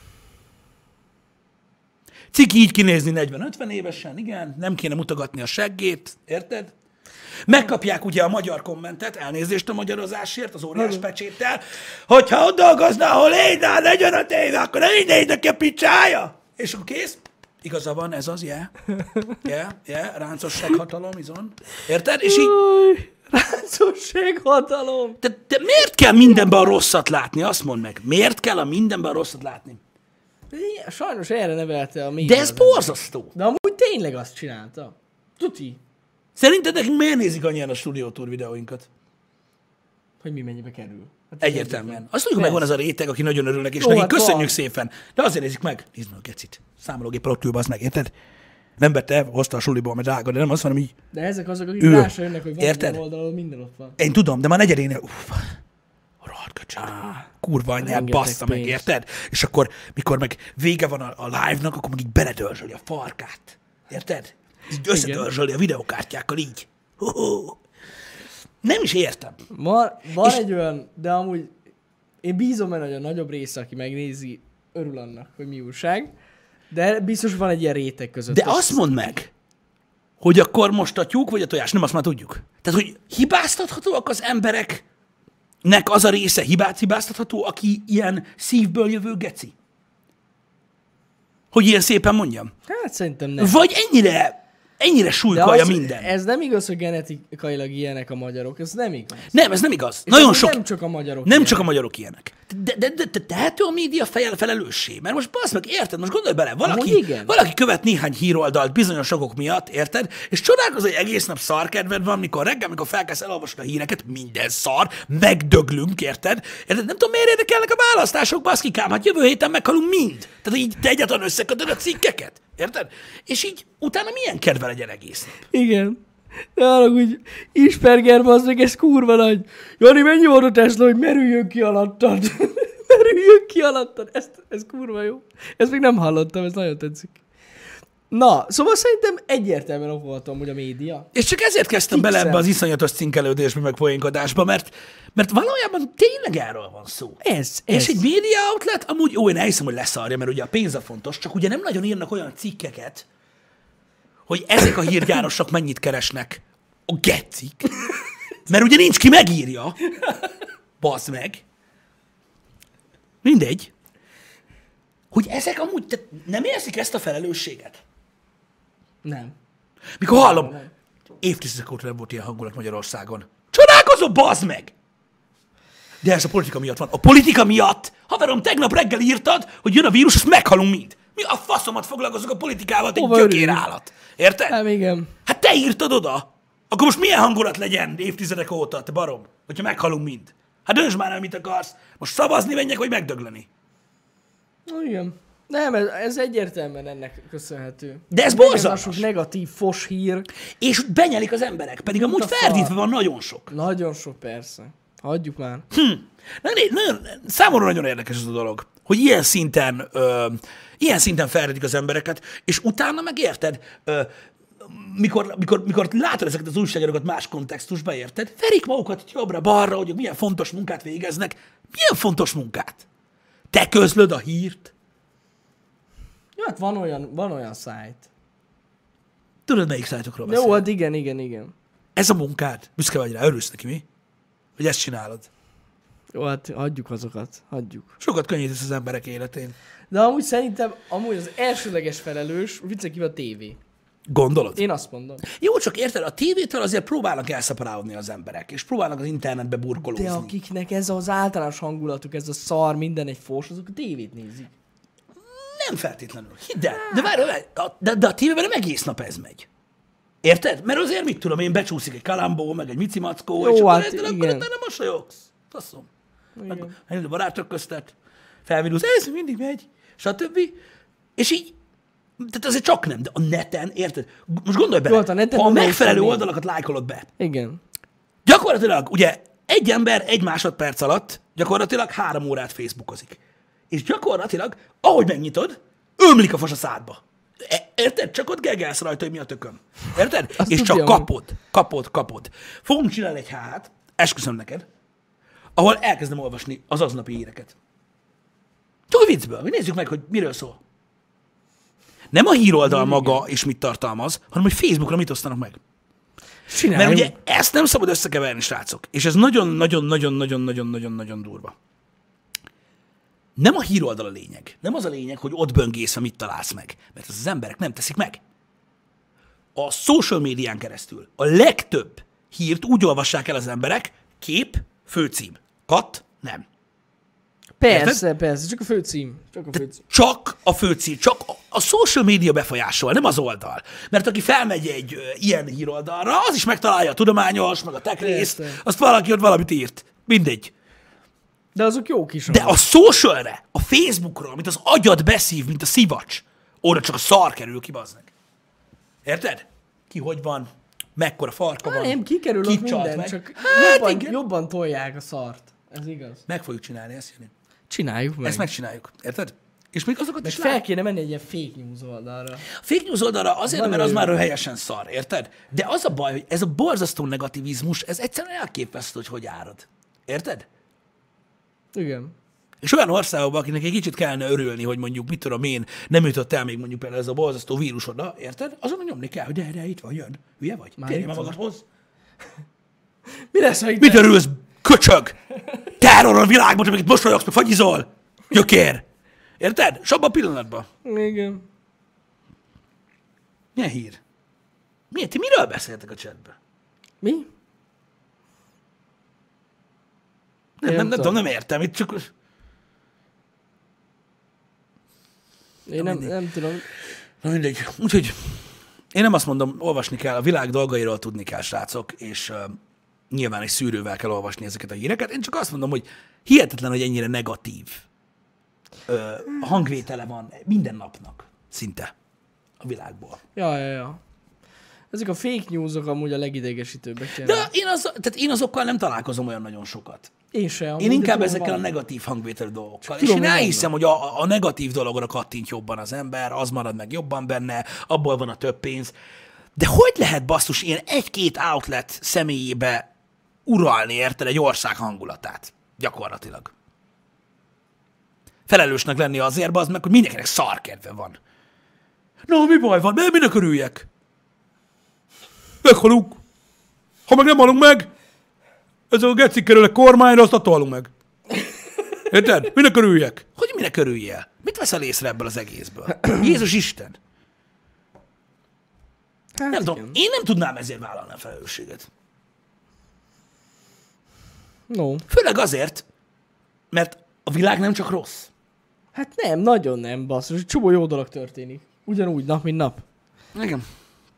A: Ciki így kinézni 40-50 évesen, igen, nem kéne mutogatni a seggét, érted? Megkapják ugye a magyar kommentet, elnézést a magyarozásért, az óriás pecséttel, hogyha ott dolgozna, ahol légy 45 éve, akkor ne így nézd neki a picsája! És akkor kész, igaza van, ez az, ráncosság hatalom, izon. Érted? És így...
B: Ráncosság hatalom!
A: De miért kell mindenben a rosszat látni? Azt mondd meg. Miért kell a mindenben a rosszat látni?
B: Sajnos erre nevelte a média.
A: De ez borzasztó.
B: De amúgy tényleg azt csinálta. Tuti.
A: Szerinted nekünk miért nézik annyian a Studio Tour videóinkat?
B: Hogy mi mennyibe kerül. Hát
A: Egyértelműen. Azt tudjuk, megvan az a réteg, aki nagyon örülnek, és
B: Jó,
A: nekik
B: hát
A: köszönjük
B: van.
A: szépen. De azért nézik meg. Nézd meg a gecit. Számológéppel ott ül, az meg, érted? Nem vette, hozta a suliból, mert drága, de nem azt mondom, így.
B: De ezek azok, akik
A: Ő.
B: rá se jönnek, hogy van
A: Érted?
B: minden oldalon, minden ott van.
A: Én tudom, de már negyedénél, rohadt köcsög. Kurva anyját
B: rengeteg
A: bassza meg,
B: pénz.
A: érted? És akkor, mikor meg vége van a live-nak, akkor meg így beledörzsöli a farkát. Érted? Így összedörzsöli a videokártyákkal így. Nem is értem.
B: Van egy olyan, de amúgy én bízom benne, hogy a nagyobb része, aki megnézi, örül annak, hogy mi újság. De biztos van egy ilyen réteg között.
A: De azt mondd meg, hogy akkor most a tyúk vagy a tojás, nem azt már tudjuk. Tehát, hogy hibáztathatóak az embereknek az a része hibáztatható, aki ilyen szívből jövő geci. Hogy ilyen szépen mondjam.
B: Hát szerintem nem.
A: Vagy ennyire súlykolja minden.
B: Ez nem igaz, hogy genetikailag ilyenek a magyarok. Ez nem igaz.
A: Nem, ez nem igaz.
B: És
A: Nagyon
B: amúgy
A: sok.
B: Nem csak a magyarok
A: Nem
B: ilyenek.
A: csak a magyarok ilyenek. De tehető a média felelőssé? Mert most bassz meg, érted? Most gondolj bele, valaki követ néhány híroldalt bizonyos okok miatt, érted? És csodálkozol, hogy egész nap szarkedved van, mikor reggel, mikor felkelsz elolvasni a híreket, minden szar, megdöglünk, érted? Nem tudom, miért érdekelnek a választások, baszkikám, hát jövő héten meghalunk mind. Tehát így te egyáltalán összekötöd a cikkeket, érted? És így utána milyen kedve legyen egész nap?
B: Igen. De arra úgy Ispergerbe az meg ez kurva nagy. Jani, mennyi volt a Tesla, hogy merüljön ki alattad? Merüljön ki alattad. Ez kurva jó. Ezt még nem hallottam, ez nagyon tetszik. Na, szóval szerintem egyértelműen okolhatom, hogy a média.
A: És csak ezért kezdtem bele ebbe az iszonyatos cinkelődésbe, meg poénkodásba, mert valójában tényleg erről van szó.
B: Ez.
A: És egy média outlet, amúgy jó, én elhiszem, hogy leszarja, mert ugye a pénz a fontos, csak ugye nem nagyon írnak olyan cikkeket, hogy ezek a hírgyárosok mennyit keresnek. A gecik. Mert ugye nincs ki megírja. Bazd meg. Mindegy. Hogy ezek amúgy nem érzik ezt a felelősséget?
B: Nem.
A: Mikor hallom, évtizedek óta nem volt ilyen hangulat Magyarországon. Csodálkozom, bazd meg! De ez a politika miatt van. A politika miatt, haverom, tegnap reggel írtad, hogy jön a vírus, és meghalunk mind. Mi a faszomat foglalkozok a politikával, te egy gyökérállat. Érted?
B: Nem, igen.
A: Hát te írtad oda. Akkor most milyen hangulat legyen évtizedek óta, te barom, hogyha meghalunk mind? Hát döntsd már el, mit akarsz. Most szavazni menjek, vagy megdögleni?
B: Igen. Nem, ez egyértelműen ennek köszönhető.
A: De ez
B: Megint
A: borzalmas.
B: a sok negatív, fos hír.
A: És benyelik az emberek, pedig amúgy ferdítve van nagyon sok.
B: Nagyon sok, persze. Hagyjuk már.
A: Számomra nagyon érdekes ez a dolog, hogy ilyen szinten felrejtik az embereket, és utána megérted, mikor látod ezeket az újságírókat más kontextusba, érted, verik magukat jobbra-balra, hogy milyen fontos munkát végeznek. Milyen fontos munkát? Te közlöd a hírt?
B: Jó, hát van olyan szájt.
A: Tudod, melyik szájtokról beszél?
B: Jó, hát igen.
A: Ez a munkád? Büszke vagy rá, örülsz neki, mi? Hogy ezt csinálod?
B: Jó, hát hagyjuk azokat. Hagyjuk.
A: Sokat könnyítesz az emberek életén.
B: De amúgy szerintem az elsődleges felelős, viccek ki a tévé.
A: Gondolod?
B: Én azt mondom.
A: Jó, csak érted, a tévétől azért próbálnak elszaporálódni az emberek, és próbálnak az internetbe burkolózni.
B: De akiknek ez az általános hangulatuk, ez a szar, minden egy fos, azok a tévét nézik.
A: Nem feltétlenül. Hidd el. De várj, de a tévében nem egész nap ez megy. Érted? Mert azért mit tudom én, becsúszik egy kalambó, meg egy micimackó, és
B: hát
A: akkor
B: igen.
A: nem mosolyogsz. Faszom.
B: Igen.
A: Meg a barátok köztet felvidulsz, ez mindig megy, stb. És így, tehát azért csak nem, de a neten, érted? Most gondolj bele,
B: Jó, hát a neten
A: ha a
B: nem
A: megfelelő
B: is
A: oldalakat lájkolod be,
B: Igen.
A: gyakorlatilag, ugye, egy ember egy másodperc alatt gyakorlatilag 3 órát Facebookozik. És gyakorlatilag, ahogy megnyitod, ömlik a fos a szádba. Érted? Csak ott gegelsz rajta, hogy mi a tököm. Érted?
B: Azt
A: És
B: tudja,
A: csak kapod. Fogunk csinálni egy HH-t, esküszöm neked, ahol elkezdem olvasni az aznapi híreket. Csak a viccből. Mi nézzük meg, hogy miről szól. Nem a híroldal maga és mit tartalmaz, hanem hogy Facebookra mit osztanak meg.
B: Csináljuk.
A: Mert ugye ezt nem szabad összekeverni, srácok. És ez nagyon-nagyon-nagyon-nagyon-nagyon-nagyon durva. Nem a híroldal a lényeg. Nem az a lényeg, hogy ott böngészve mit találsz meg. Mert az emberek nem teszik meg. A social médián keresztül a legtöbb hírt úgy olvassák el az emberek, kép, főcím. Kat, nem.
B: Persze, csak a főcím.
A: Csak a főcím, csak a social média befolyásol, nem az oldal. Mert aki felmegy egy ilyen híroldalra, az is megtalálja a tudományos, meg a tech részt, azt valaki ott valamit írt. Mindegy.
B: De azok jók is.
A: De a socialre, a Facebookról, amit az agyad beszív, mint a szivacs, oda csak a szar kerül ki, bazdmeg. Érted? Ki hogy van, mekkora farka van.
B: Nem, kikerül ott
A: csalt
B: minden,
A: meg.
B: csak
A: Hát
B: jobban tolják a szart. Ez igaz.
A: Meg fogjuk csinálni ezt, Jani.
B: Csináljuk meg.
A: Ezt megcsináljuk. Érted? És még azokat
B: Meg
A: is
B: fel kéne menni egy ilyen fake news oldalra.
A: A fake news oldalra azért,
B: Van
A: mert az
B: ő.
A: már helyesen szar, érted? De az a baj, hogy ez a borzasztó negativizmus, ez egyszerűen elképesztő, hogy árad. Érted?
B: Igen.
A: És olyan országokban, akinek egy kicsit kellene örülni, hogy mondjuk, mit tudom én, nem jutott el még mondjuk például ez a borzasztó vírus oda, érted? Azon nyomni kell, hogy de itt van, jön. Hülye vagy? Térjél már magadhoz.
B: Mi lesz, ha itt...
A: Mit örülsz, köcsög? Terror a világban, hogy itt mosolyogsz, meg fagyizol. Gyökér. Érted? És abban a pillanatban.
B: Igen.
A: Milyen hír? Miért? Ti miről beszéltek a chatben?
B: Mi?
A: Nem tudom, nem értem. Itt csak...
B: Én nem tudom.
A: Na mindegy. Úgyhogy én nem azt mondom, olvasni kell, a világ dolgairól tudni kell, srácok, és nyilván egy szűrővel kell olvasni ezeket a híreket. Én csak azt mondom, hogy hihetetlen, hogy ennyire negatív hangvétele van minden napnak, szinte, a világból.
B: Ja. Ezek a fake newsok amúgy a legidegesítőbbek.
A: De én azokkal nem találkozom olyan nagyon sokat.
B: Én sem.
A: Én inkább ezekkel a negatív hangvételű dolgokkal. És én elhiszem, hogy a negatív dologra kattint jobban az ember, az marad meg jobban benne, abból van a több pénz. De hogy lehet, basszus, ilyen 1-2 outlet személyébe uralni, érted, egy ország hangulatát? Gyakorlatilag. Felelősnek lenni azért, bazd meg, hogy mindenkinek szarkedve van. Na, mi baj van? Minek örüljek? Meghalunk. Ha meg nem halunk meg, ez a geci kerül a kormányra, azt attól halunk meg. Érted? Minek örüljek? Hogy minek örüljél? Mit veszel észre ebből az egészből? Jézus Isten!
B: Hát
A: Nem tudom, én nem tudnám ezért vállalni a felelősséget.
B: No.
A: Főleg azért, mert a világ nem csak rossz.
B: Hát nem, nagyon nem, basszus. Csomó jó dolog történik. Ugyanúgy, nap mint nap.
A: Igen.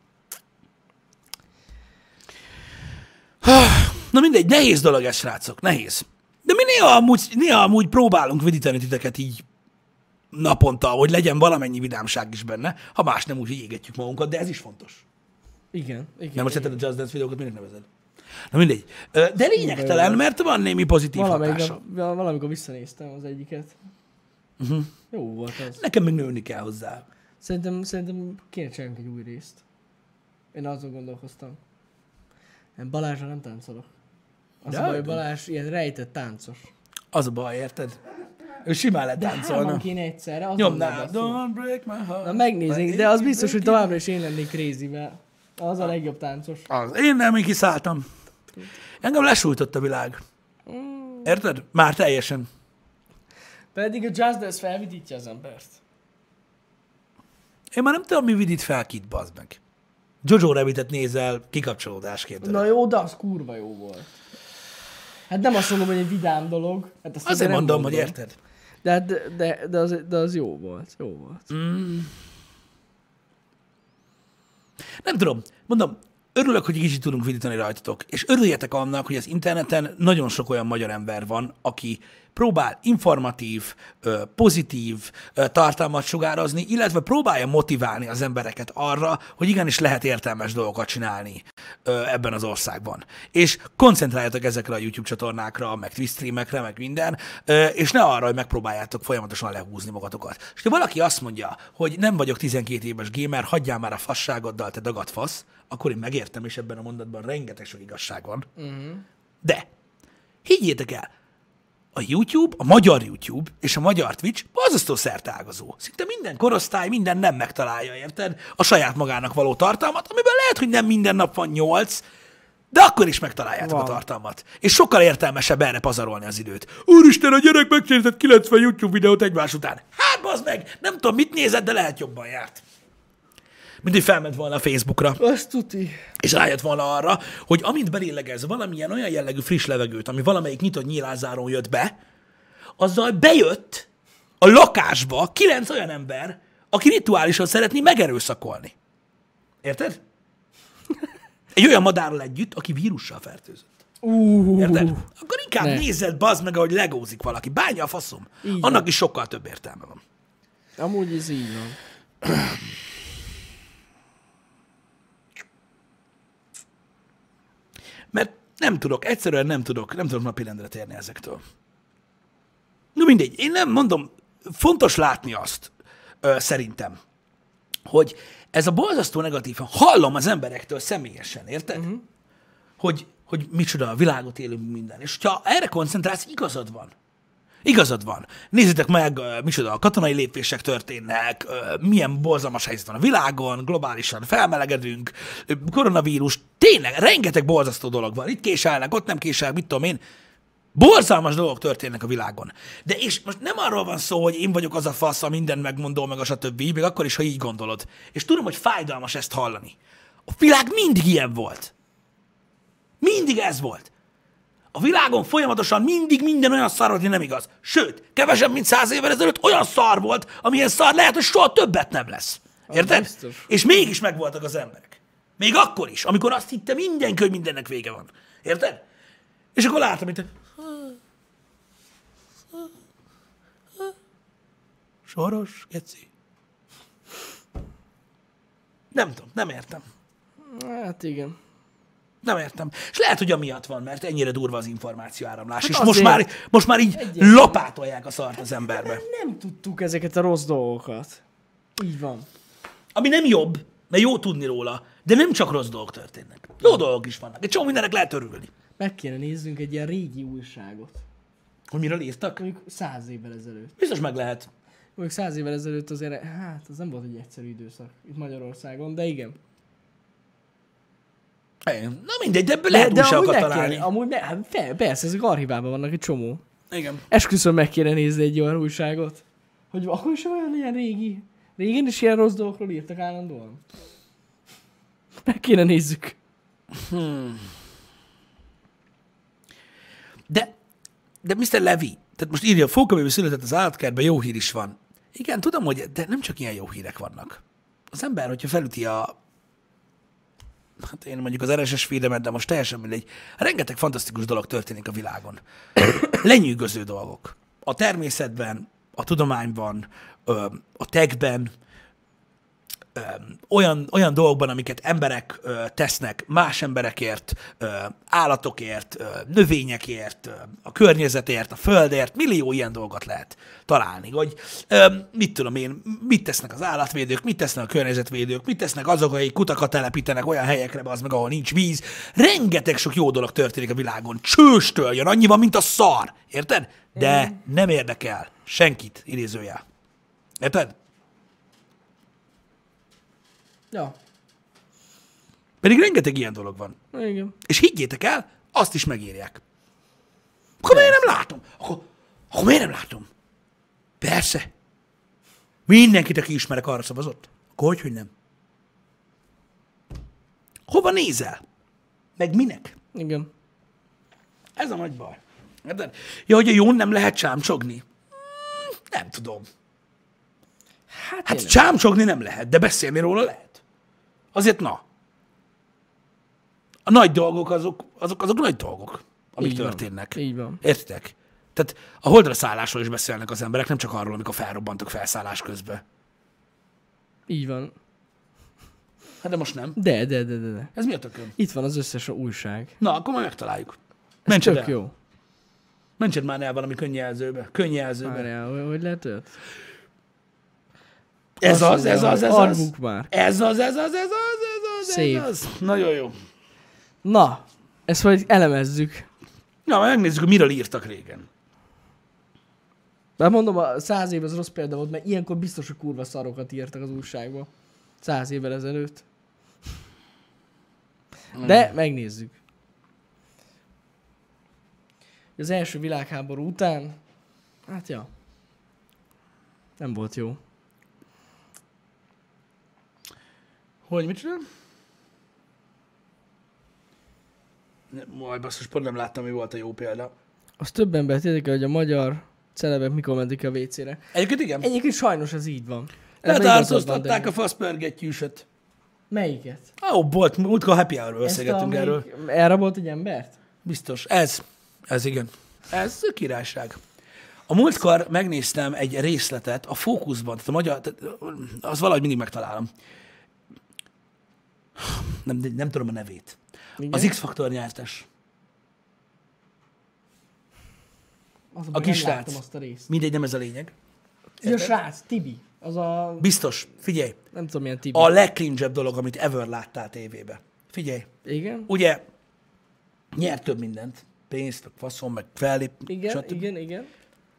A: Na mindegy, nehéz dolog ez, srácok, nehéz. De mi néha amúgy próbálunk vidítani titeket így naponta, hogy legyen valamennyi vidámság is benne, ha más nem úgy, hogy égetjük magunkat, de ez is fontos.
B: Igen.
A: Nem most tetted a Just Dance videókat, minek nevezed? Na mindegy. De lényegtelen, mert van némi pozitív hatása.
B: Valamikor visszanéztem az egyiket.
A: Uh-huh.
B: Jó volt az.
A: Nekem még nőni kell hozzá.
B: Szerintem kéne csináljunk egy új részt. Én azon gondolkoztam. Én Balázsra nem táncolok. Az a baj, hogy Balázs ilyen rejtett táncos.
A: Az a baj, érted? Ő simán lehet táncolna.
B: De hárman kéne egyszerre.
A: Nyomnál. Don't break my heart.
B: Na megnézzük, de az biztos, hogy továbbra is én lennék crazy, mert az a legjobb táncos.
A: Én nem, én kiszálltam. Engem lesújtott a világ. Érted? Már teljesen.
B: Pedig a Just Dance felvidítja az embert.
A: Én már nem tudom, mi vidít fel kit, bazd meg. Jojo Rabbitet nézel kikapcsolódásként.
B: Na jó, de az kurva jó volt. Hát nem azt mondom, hogy egy vidám dolog. Hát azt
A: azért mondom, hogy érted.
B: De az jó volt. Jó volt.
A: Nem tudom. Mondom, örülök, hogy kicsit tudunk vidítani rajtatok. És örüljetek annak, hogy az interneten nagyon sok olyan magyar ember van, aki próbál informatív, pozitív tartalmat sugározni, illetve próbálja motiválni az embereket arra, hogy igenis lehet értelmes dolgokat csinálni ebben az országban. És koncentráljatok ezekre a YouTube csatornákra, meg Twitch streamekre, meg minden, és ne arra, hogy megpróbáljátok folyamatosan lehúzni magatokat. És ha valaki azt mondja, hogy nem vagyok 12 éves gamer, hagyjál már a fasságoddal, te dagadt fasz, akkor én megértem, és ebben a mondatban rengeteg sok igazság van. De higgyétek el, a YouTube, a magyar YouTube és a magyar Twitch borzasztó szerteágazó. Szinte minden korosztály, minden nem megtalálja, érted? A saját magának való tartalmat, amiben lehet, hogy nem minden nap van 8, de akkor is megtaláljátok a tartalmat. És sokkal értelmesebb erre pazarolni az időt. Úristen, a gyerek megnézett 90 YouTube videót egymás után. Hát bazd meg, nem tudom, mit nézett, de lehet jobban járt. Mint hogy felment volna a Facebookra.
B: Azt tuti.
A: És rájött volna arra, hogy amint belélegez valamilyen olyan jellegű friss levegőt, ami valamelyik nyitott nyílászáron jött be, azzal bejött a lakásba 9 olyan ember, aki rituálisan szeretné megerőszakolni. Érted? Egy olyan madárral együtt, aki vírussal fertőzött. Érted? Akkor inkább nézzed, bazd meg, ahogy legózik valaki. Bánja a faszom.
B: Így
A: annak
B: van.
A: is sokkal több értelme van.
B: Amúgy ez így van.
A: Mert nem tudok, egyszerűen nem tudok napirendre térni ezektől. No mindegy, én nem mondom, fontos látni azt, szerintem, hogy ez a borzasztó negatív, hallom az emberektől személyesen, érted? Hogy micsoda, a világot élünk minden. És ha erre koncentrálsz, igazad van. Igazad van. Nézzétek meg, micsoda a katonai lépések történnek, milyen borzalmas helyzet van a világon, globálisan felmelegedünk, koronavírus, tényleg rengeteg borzasztó dolog van. Itt késelnek, ott nem késelnek, mit tudom én. Borzalmas dolgok történnek a világon. De és most nem arról van szó, hogy én vagyok az a fasz, a minden megmondó, meg a stb. Még akkor is, ha így gondolod. És tudom, hogy fájdalmas ezt hallani. A világ mindig ilyen volt. Mindig ez volt. A világon folyamatosan mindig minden olyan szar volt, hogy nem igaz. Sőt, kevesebb, mint 100 évvel ezelőtt olyan szar volt, amilyen szar lehet, hogy soha többet nem lesz. Érted? És mégis megvoltak az emberek. Még akkor is, amikor azt hitte mindenki, hogy mindennek vége van. Érted? És akkor láttam, hogy Soros, geci. Nem tudom, nem értem.
B: Hát igen.
A: Nem értem. És lehet, hogy amiatt van, mert ennyire durva az információ áramlás.
B: Hát
A: és most már így lapátolják a szart az emberbe.
B: Nem tudtuk ezeket a rossz dolgokat. Így van.
A: Ami nem jobb, mert jó tudni róla, de nem csak rossz dolgok történnek. Jó dolgok is vannak. Egy csomó mindennek lehet örülni.
B: Meg kéne nézzünk egy ilyen régi újságot.
A: Hogy miről írtak?
B: Mondjuk 100 évvel ezelőtt.
A: Biztos meg lehet.
B: Mondjuk 100 évvel ezelőtt azért, hát az nem volt egy egyszerű időszak itt Magyarországon, de igen.
A: Na mindegy, de ebből lehet újságokat találni.
B: Hát persze, ezek archívában vannak egy csomó.
A: Igen.
B: Esküszöm, meg kéne nézni egy olyan újságot, hogy akkor is olyan ilyen régi. Régen is ilyen rossz dolgokról írtak állandóan. Meg kéne nézzük.
A: De Mr. Levy, tehát most írja, Fókavévi született az állatkertben, jó hír is van. Igen, tudom, hogy de nem csak ilyen jó hírek vannak. Az ember, hogyha felüti hát én mondjuk az RSS feedemet, de most teljesen mindegy. Rengeteg fantasztikus dolog történik a világon. Lenyűgöző dolgok. A természetben, a tudományban, a techben, olyan dolgokban, amiket emberek tesznek más emberekért, állatokért, növényekért, a környezetért, a földért, millió ilyen dolgot lehet találni, hogy mit tudom én, mit tesznek az állatvédők, mit tesznek a környezetvédők, mit tesznek azok, akik kutakat telepítenek olyan helyekre, az meg, ahol nincs víz. Rengeteg sok jó dolog történik a világon. Csőstől jön, annyi van, mint a szar. Érted? De nem érdekel senkit, idézőjel. Érted?
B: Ja.
A: Pedig rengeteg ilyen dolog van.
B: Igen.
A: És higgyétek el, azt is megírják. Akkor miért nem látom? Akkor miért nem látom? Persze. Mindenkit, aki ismerek, arra szavazott. Akkor hogy nem? Hova nézel? Meg minek?
B: Igen.
A: Ez a nagy baj. Ja, hogy a Jón nem lehet csámcsogni? Nem tudom. Hát csámcsogni nem lehet, de beszélni róla lehet. Azért na. A nagy dolgok azok nagy dolgok, amik
B: Így van.
A: történnek.
B: Így van.
A: Értitek? Tehát a holdra szállásról is beszélnek az emberek, nem csak arról, amikor felrobbantok felszállás közben.
B: Így van.
A: Hát de most nem.
B: De.
A: Ez mi a tököm?
B: Itt van az összes újság.
A: Na, akkor majd megtaláljuk.
B: Ez
A: Mentsed
B: tök
A: el.
B: jó.
A: Mentsed már el valami könnyjelzőbe. Könnyjelzőbe.
B: Várjál, hogy lehet őt?
A: Ez
B: Azt
A: az.
B: mondja, Armuk már.
A: Ez az.
B: Szép.
A: Nagyon jó.
B: Na, ezt majd elemezzük.
A: Na, megnézzük, hogy miről írtak régen.
B: Bár mondom, a 100 év az rossz példa volt, mert ilyenkor biztos, hogy kurva szarokat írtak az újságba. 100 évvel ezelőtt. De megnézzük. Az első világháború után, hát ja, nem volt jó.
A: Hogy, mit csinál? Majd basszus, pont nem láttam, mi volt a jó példa.
B: Az több ember érdekel, hogy a magyar celebek mikor mentek a WC-re.
A: Egyébként igen.
B: Egyébként sajnos ez így van. Ebben igazad van,
A: Letartóztatták
B: de-
A: a faszpörgettyűsöt.
B: Melyiket?
A: Volt, múltkor happy hour-ról
B: Ezt
A: beszélgettünk erről.
B: elrabolt egy embert?
A: Biztos. Ez igen. Ez a királyság. A múltkor megnéztem egy részletet a Fókuszban, tehát a magyar, tehát az valahogy mindig megtalálom. Nem tudom a nevét.
B: Igen?
A: Az X-Faktor nyertes.
B: Az
A: a
B: nem
A: kisrác.
B: láttam azt a részt.
A: Mindegy, nem ez a lényeg.
B: Ja, a srác, Tibi. Az a...
A: Biztos. Figyelj.
B: Nem tudom, milyen Tibi.
A: A legcringe-ebb dolog, amit ever láttál tévébe. Figyelj.
B: Igen?
A: Ugye nyert több mindent. Pénzt, meg faszon, meg fellép.
B: Igen,
A: stb.
B: igen.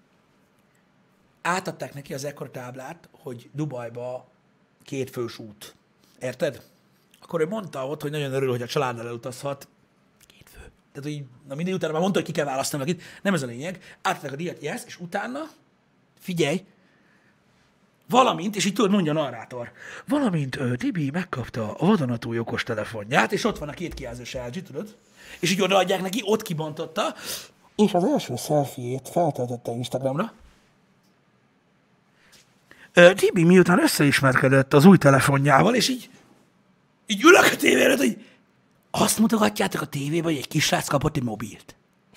A: Átadták neki az ekkora táblát, hogy Dubajba 2 fős út. Érted? Akkor ő mondta ott, hogy nagyon örül, hogy a családdal elutazhat. 2 fő. Tehát, hogy na mindig utána már mondta, hogy ki kell választani akit. Nem ez a lényeg. Átadták a díjat, yes, és utána, figyelj, valamint, és így tudod, mondja a narrátor, valamint Tibi megkapta a vadonatúj okos telefonját, és ott van a 2 kijelzős LG, tudod? És így odaadják neki, ott kibontotta, és az első selfie-ét feltöltötte Instagramra. Tibi miután összeismerkedett az új telefonjával, és így ülök a tévére, hogy azt mutogatjátok a tévébe, hogy egy kisrác kapott egy mobilt.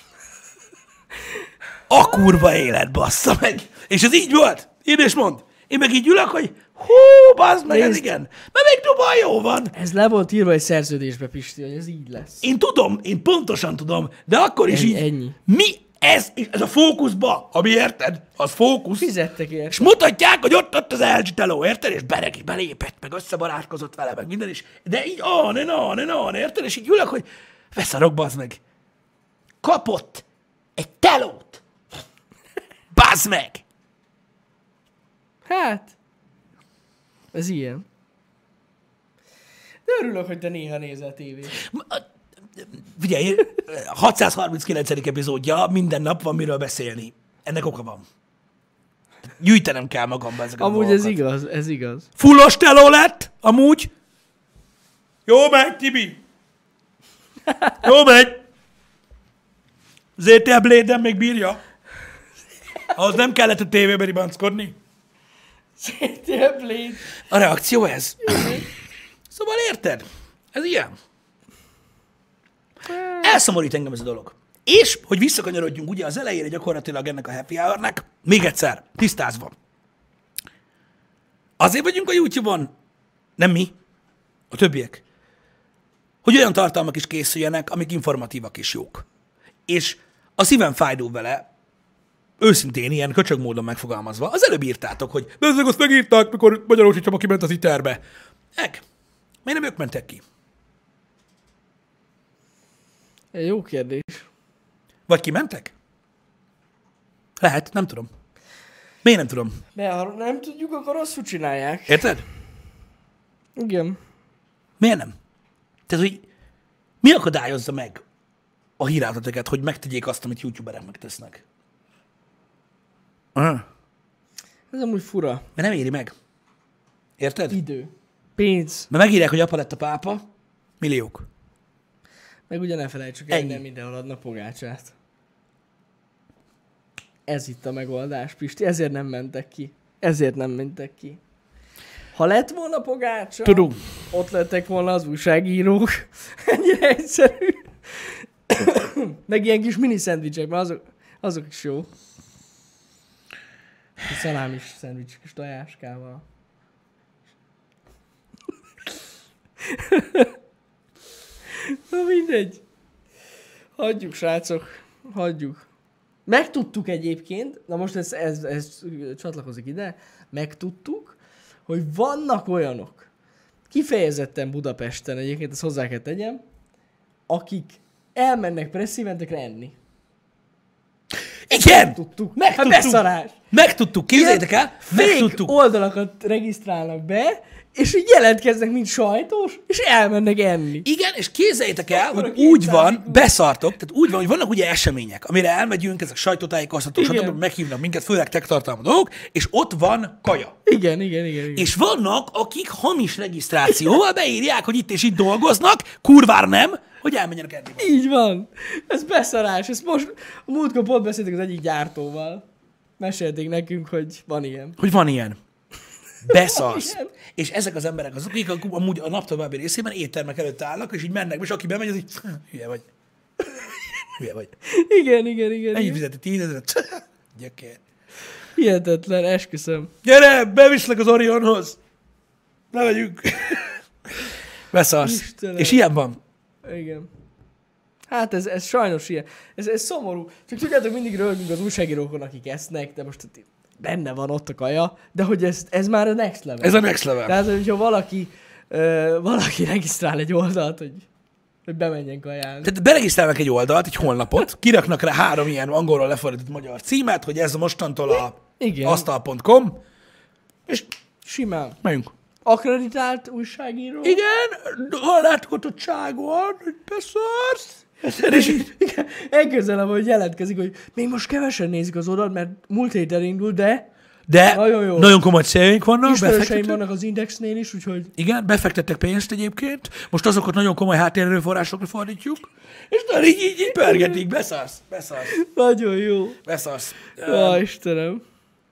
A: A kurva élet, bassza meg! És ez így volt. Írd és mondd. Én meg így ülök, hogy hú, bazd meg, ez
B: Nézd.
A: igen. Mert még Dubaj jó van.
B: Ez le volt írva egy szerződésbe, Pisti, hogy ez így lesz.
A: Én tudom, én pontosan tudom, de akkor is így.
B: Ennyi.
A: Mi ez? Ez a Fókuszba, ami érted? Az Fókusz.
B: Fizettek
A: És
B: érte.
A: mutatják, hogy ott az LG teló, érted? És belépett, meg összebarátkozott vele, meg minden is. De így, érted? És így ülök, hogy veszarok, bazd meg. Kapott egy telót. Bazd meg!
B: Hát, ez ilyen. De örülök, hogy te néha nézel tévét.
A: Figyelj, 639. epizódja, minden nap van miről beszélni. Ennek oka van. Gyűjtenem kell magamba ezeket
B: Amúgy
A: a
B: ez
A: dolgokat.
B: igaz, ez igaz.
A: Fullos teló lett, amúgy. Jó megy, Tibi. Jó megy. ZTE Blade-en még bírja. Az nem kellett a tévébe ribanckodni.
B: ZTE Blade.
A: A reakció ez. Szóval érted? Ez ilyen. Elszomorít engem ez a dolog. És, hogy visszakanyarodjunk ugye az elejére gyakorlatilag ennek a happy hour-nek, még egyszer, tisztázva. Azért vagyunk a YouTube-on, Nem mi, a többiek. Hogy olyan tartalmak is készüljenek, amik informatívak és jók. És a szívem fájdul vele, őszintén, ilyen köcsög módon megfogalmazva. Az előbb írtátok, hogy bezzeg azt megírták, mikor Magyarorsi Csaba kiment az ITER-be. Miért nem ők mentek ki?
B: Jó kérdés.
A: Vagy kimentek? Lehet, nem tudom. Miért nem tudom?
B: De ha nem tudjuk, akkor rosszul csinálják.
A: Érted?
B: Igen.
A: Miért nem? Tehát, hogy mi akadályozza meg a híráltateket, hogy megtegyék azt, amit youtuberek megtesznek?
B: Ez amúgy fura.
A: Mert nem éri meg. Érted?
B: Idő. Pénz.
A: Mert megírják, hogy apa lett a pápa, milliók.
B: Meg ugye ne felejtsük el,
A: Ennyi.
B: nem mindenhol adnak pogácsát. Ez itt a megoldás, Pisti. Ezért nem mentek ki. Ezért nem mentek ki. Ha lett volna pogácsa,
A: Tudom.
B: ott lettek volna az újságírók. Ennyire egyszerű. Meg ilyen kis mini szendvicsek, mert azok is jó. A szalámis szendvics kis tojáskával. Na mindegy. Hagyjuk, srácok. Hagyjuk. Megtudtuk egyébként, na most ez csatlakozik ide, megtudtuk, hogy vannak olyanok, kifejezetten Budapesten egyébként, ezt hozzá kell tegyem, akik elmennek pressziventekre enni.
A: Igen!
B: Tudtuk.
A: Megtudtuk.
B: Hát beszarás.
A: Megtudtuk, képzeljétek el?
B: Fake
A: Megtudtuk.
B: oldalakat regisztrálnak be, és így jelentkeznek, mint sajtós, és elmennek enni.
A: Igen, és képzeljétek el,
B: Akkor
A: hogy
B: a
A: úgy
B: 200
A: van, beszartok, tehát úgy van, hogy vannak ugye események, amire elmegyünk, ezek sajtótájékoztatók,
B: Igen.
A: stb. Meghívnak minket, főleg tech tartalmú dolgok, és ott van kaja.
B: Igen.
A: És vannak, akik hamis regisztrációval beírják, hogy itt és itt dolgoznak, kurvára nem, hogy elmenjenek enni.
B: Így van. Ez beszarás. Ez most a múltkor pont beszéltünk az egyik gyártóval. Mesélték nekünk, hogy van ilyen.
A: Hogy van ilyen. Beszarsz.
B: Igen.
A: És ezek az emberek azok, akik amúgy a nap további részében éttermek előtt állnak, és így mennek, és aki bemegy, az így, hülye vagy. Hülye vagy.
B: Igen.
A: Ennyi fizeti 10 000. Gyökér.
B: Hihetetlen, esküszöm.
A: Gyere, beviszlek az Orionhoz. Ne megyünk. Beszarsz.
B: Istenem.
A: És ilyen van.
B: Igen. Hát ez sajnos ilyen. Ez szomorú. Csak tudjátok, mindig rögünk az újságírókon, akik esznek, de most benne van ott a kaja, de hogy ez már a next level.
A: Ez a next level.
B: Tehát, hogyha valaki regisztrál egy oldalt, hogy bemenjen kajálni.
A: Tehát beregisztrálnak egy oldalt, egy honlapot, kiraknak rá 3 ilyen angolról lefordított magyar címet, hogy ez mostantól a
B: Igen.
A: asztal.com, és
B: Simán.
A: megyünk.
B: Akreditált újságíró.
A: Igen, látogatottságon, hogy beszarsz.
B: És így, igen, elképzelem, hogy jelentkezik, hogy még most kevesen nézik az oldalt, mert múlt héten indult, de
A: De
B: nagyon jó.
A: nagyon komoly céljaink vannak.
B: Ismerőseim vannak az Indexnél is, úgyhogy
A: Igen, befektettek pénzt egyébként. Most azokat nagyon komoly háttérerőforrásokra fordítjuk. És tudod, így pörgetik. Beszarsz.
B: nagyon jó.
A: Beszarsz.
B: Istenem.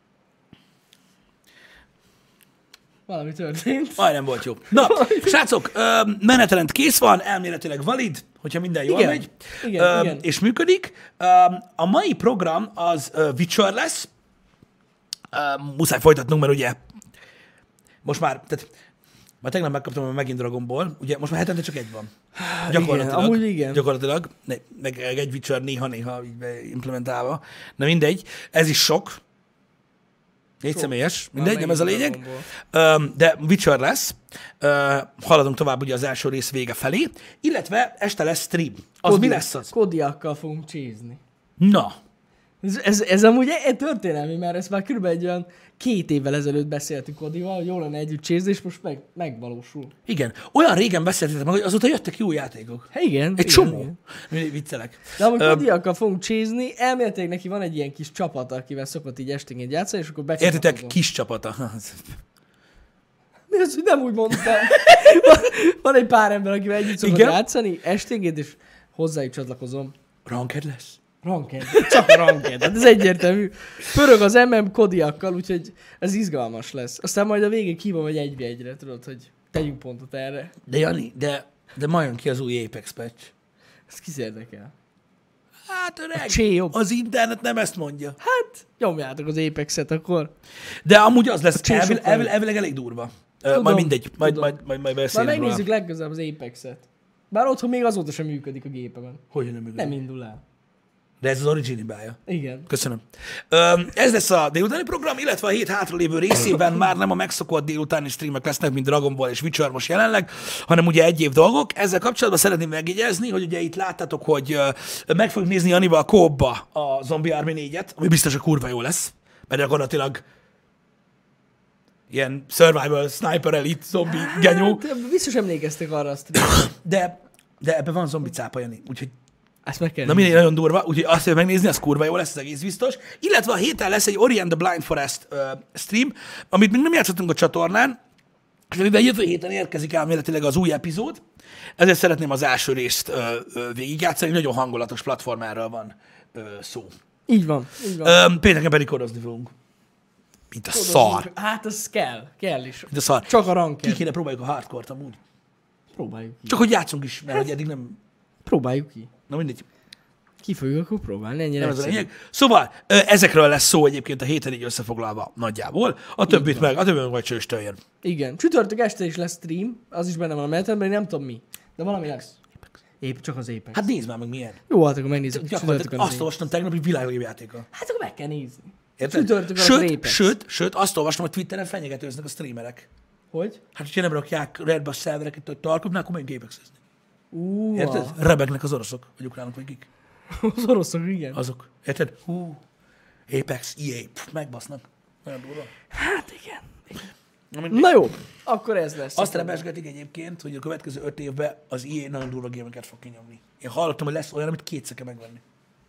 B: Valami történt.
A: Majdnem volt jó. Na, srácok, menetrend kész van, elméletileg valid, hogyha minden jól
B: Igen.
A: megy,
B: Igen.
A: és működik. A mai program az Witcher lesz. Muszáj folytatnunk, mert ugye most már, tehát már tegnap megkaptam megint Dragon Ball, ugye most már hetente csak egy van. Gyakorlatilag.
B: amúgy igen.
A: Gyakorlatilag, meg egy Witcher néha-néha így implementálva. Na mindegy, ez is sok. 4 személyes, mindegy, nem ez a lényeg. De Witcher lesz, haladunk tovább ugye az első rész vége felé, illetve este lesz stream. Az mi lesz az?
B: Kodiakkal fogunk csézni.
A: Na,
B: Ez amúgy egy történelmi, mert ezt már körülbelül egy olyan 2 évvel ezelőtt beszéltünk Kodival, hogy jól lenne együtt csézni, és most megvalósul.
A: igen. Olyan régen beszéltetek meg, hogy azóta jöttek jó játékok.
B: Hát igen.
A: Egy
B: igen,
A: csomó.
B: igen.
A: Viccelek.
B: De amúgy Kodiakkal fogunk csézni, elméletileg neki van egy ilyen kis csapata, akivel szokott így esténként játszani, és akkor becsatlakozom.
A: Értitek? Kis csapata.
B: Mi az, hogy nem úgy mondtam? Van egy pár ember, akivel együtt szokott
A: Igen?
B: játszani, esténként, és hozzájuk csatlakozom.
A: Ranked lesz?
B: Ranked. Csak a ranked. Hát ez egyértelmű. Pörög az MM Kodiakkal, úgyhogy ez izgalmas lesz. Aztán majd a végén kívom egy 1v1-re, tudod, hogy tegyünk pontot erre.
A: De Jani, de ma jön ki az új Apex patch.
B: Ez kit érdekel?
A: Hát öreg,
B: Csé jobb.
A: az internet nem ezt mondja.
B: Hát, nyomjátok az Apex-et akkor.
A: De amúgy az lesz,
B: Csé sokkal
A: elvileg elég durva.
B: Tudom,
A: Majd mindegy, majd
B: Már
A: beszélünk róla.
B: megnézzük legközelebb az Apex-et. Bár otthon még azóta sem működik a gépemen.
A: Hogyan nem működik?
B: Nem indul el.
A: De ez az Origin hibája.
B: Igen.
A: Köszönöm. Ez lesz a délutáni program, illetve a hét hátralévő részében már nem a megszokott délutáni streamek lesznek, mint Dragon Ball és Witcher most jelenleg, hanem ugye egyéb dolgok. Ezzel kapcsolatban szeretném megjegyezni, hogy ugye itt láttatok, hogy meg fogjuk nézni Janival Coop-ba a Zombie Army 4-et, ami biztos, hogy kurva jó lesz, mert gyakorlatilag ilyen survival, sniper elite, zombi genyó,
B: Hát, biztos emlékeztek arra a streamre.
A: de ebben van zombi cápa, Jani, úgyhogy
B: Ezt meg kell
A: na mindegy, nagyon durva, úgyhogy azt fogjuk megnézni, az kurva jó lesz, ez egész biztos. Illetve a héten lesz egy Ori and the Blind Forest stream, amit még nem játszottunk a csatornán, és amiben jövő héten érkezik elméletileg az új epizód, ezért szeretném az első részt végigjátszani, nagyon hangulatos platformáról van szó.
B: Így van. Így van.
A: Pénteken pedig korozni fogunk. Mint a szar.
B: Hát az kell. Kell is.
A: Mint a szar.
B: Csak a
A: Ki
B: ranked.
A: kéne próbáljuk a hardcore-t amúgy.
B: Próbáljuk ki.
A: Csak hogy játszunk is, mert hogy eddig nem...
B: Próbáljuk ki.
A: Na mindegy.
B: Ki fogjuk akkor próbálni, ennyire
A: Nem ez a
B: egyszerű.
A: lényeg. Szóval ezekről lesz szó egyébként a héten így összefoglalva nagyjából. A többit meg majd csőstől jön.
B: Igen. Csütörtök este is lesz stream, az is benne van a menetemben, nem tudom mi. De valami lesz. Épp csak az Apex.
A: Hát nézd már meg milyen.
B: Jó, hát akkor megnézzük.
A: Gyakorlatilag
B: Csütörtökön az
A: azt olvastam tegnap, hogy világjobb játéka.
B: Hát akkor meg kell nézni.
A: Érted?
B: Csütörtökön az Apex.
A: Sőt, azt olvastam, hogy Twitteren fenyegetőznek a streamerek.
B: Hogy?
A: Hát, hogyha nem rakják redbe a szervereket, hogy tarkobnál, akkor megyünk Apexezni. Érted?
B: Érted?
A: Rebegnek az oroszok, vagy ukránok, vagy kik.
B: Az oroszok, igen.
A: Azok. Érted? Apex, EA, megbasznak. Nagyon durva.
B: Hát igen.
A: Na, mindegy.
B: Na jó, akkor ez lesz.
A: Azt rebesgetik egyébként, hogy a következő 5 évben az EA nagyon durva gémeket fog kinyomni. Én hallottam, hogy lesz olyan, amit kétszer kell megvenni.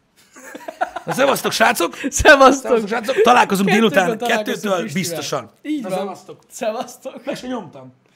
A: Na, szevasztok, srácok!
B: Szevasztok!
A: Srácok! Találkozunk délután
B: Találkozunk
A: 2-től
B: Pistivel.
A: biztosan.
B: Így
A: Na,
B: van.
A: szevasztok!
B: Szevasztok!
A: Meg se nyomtam.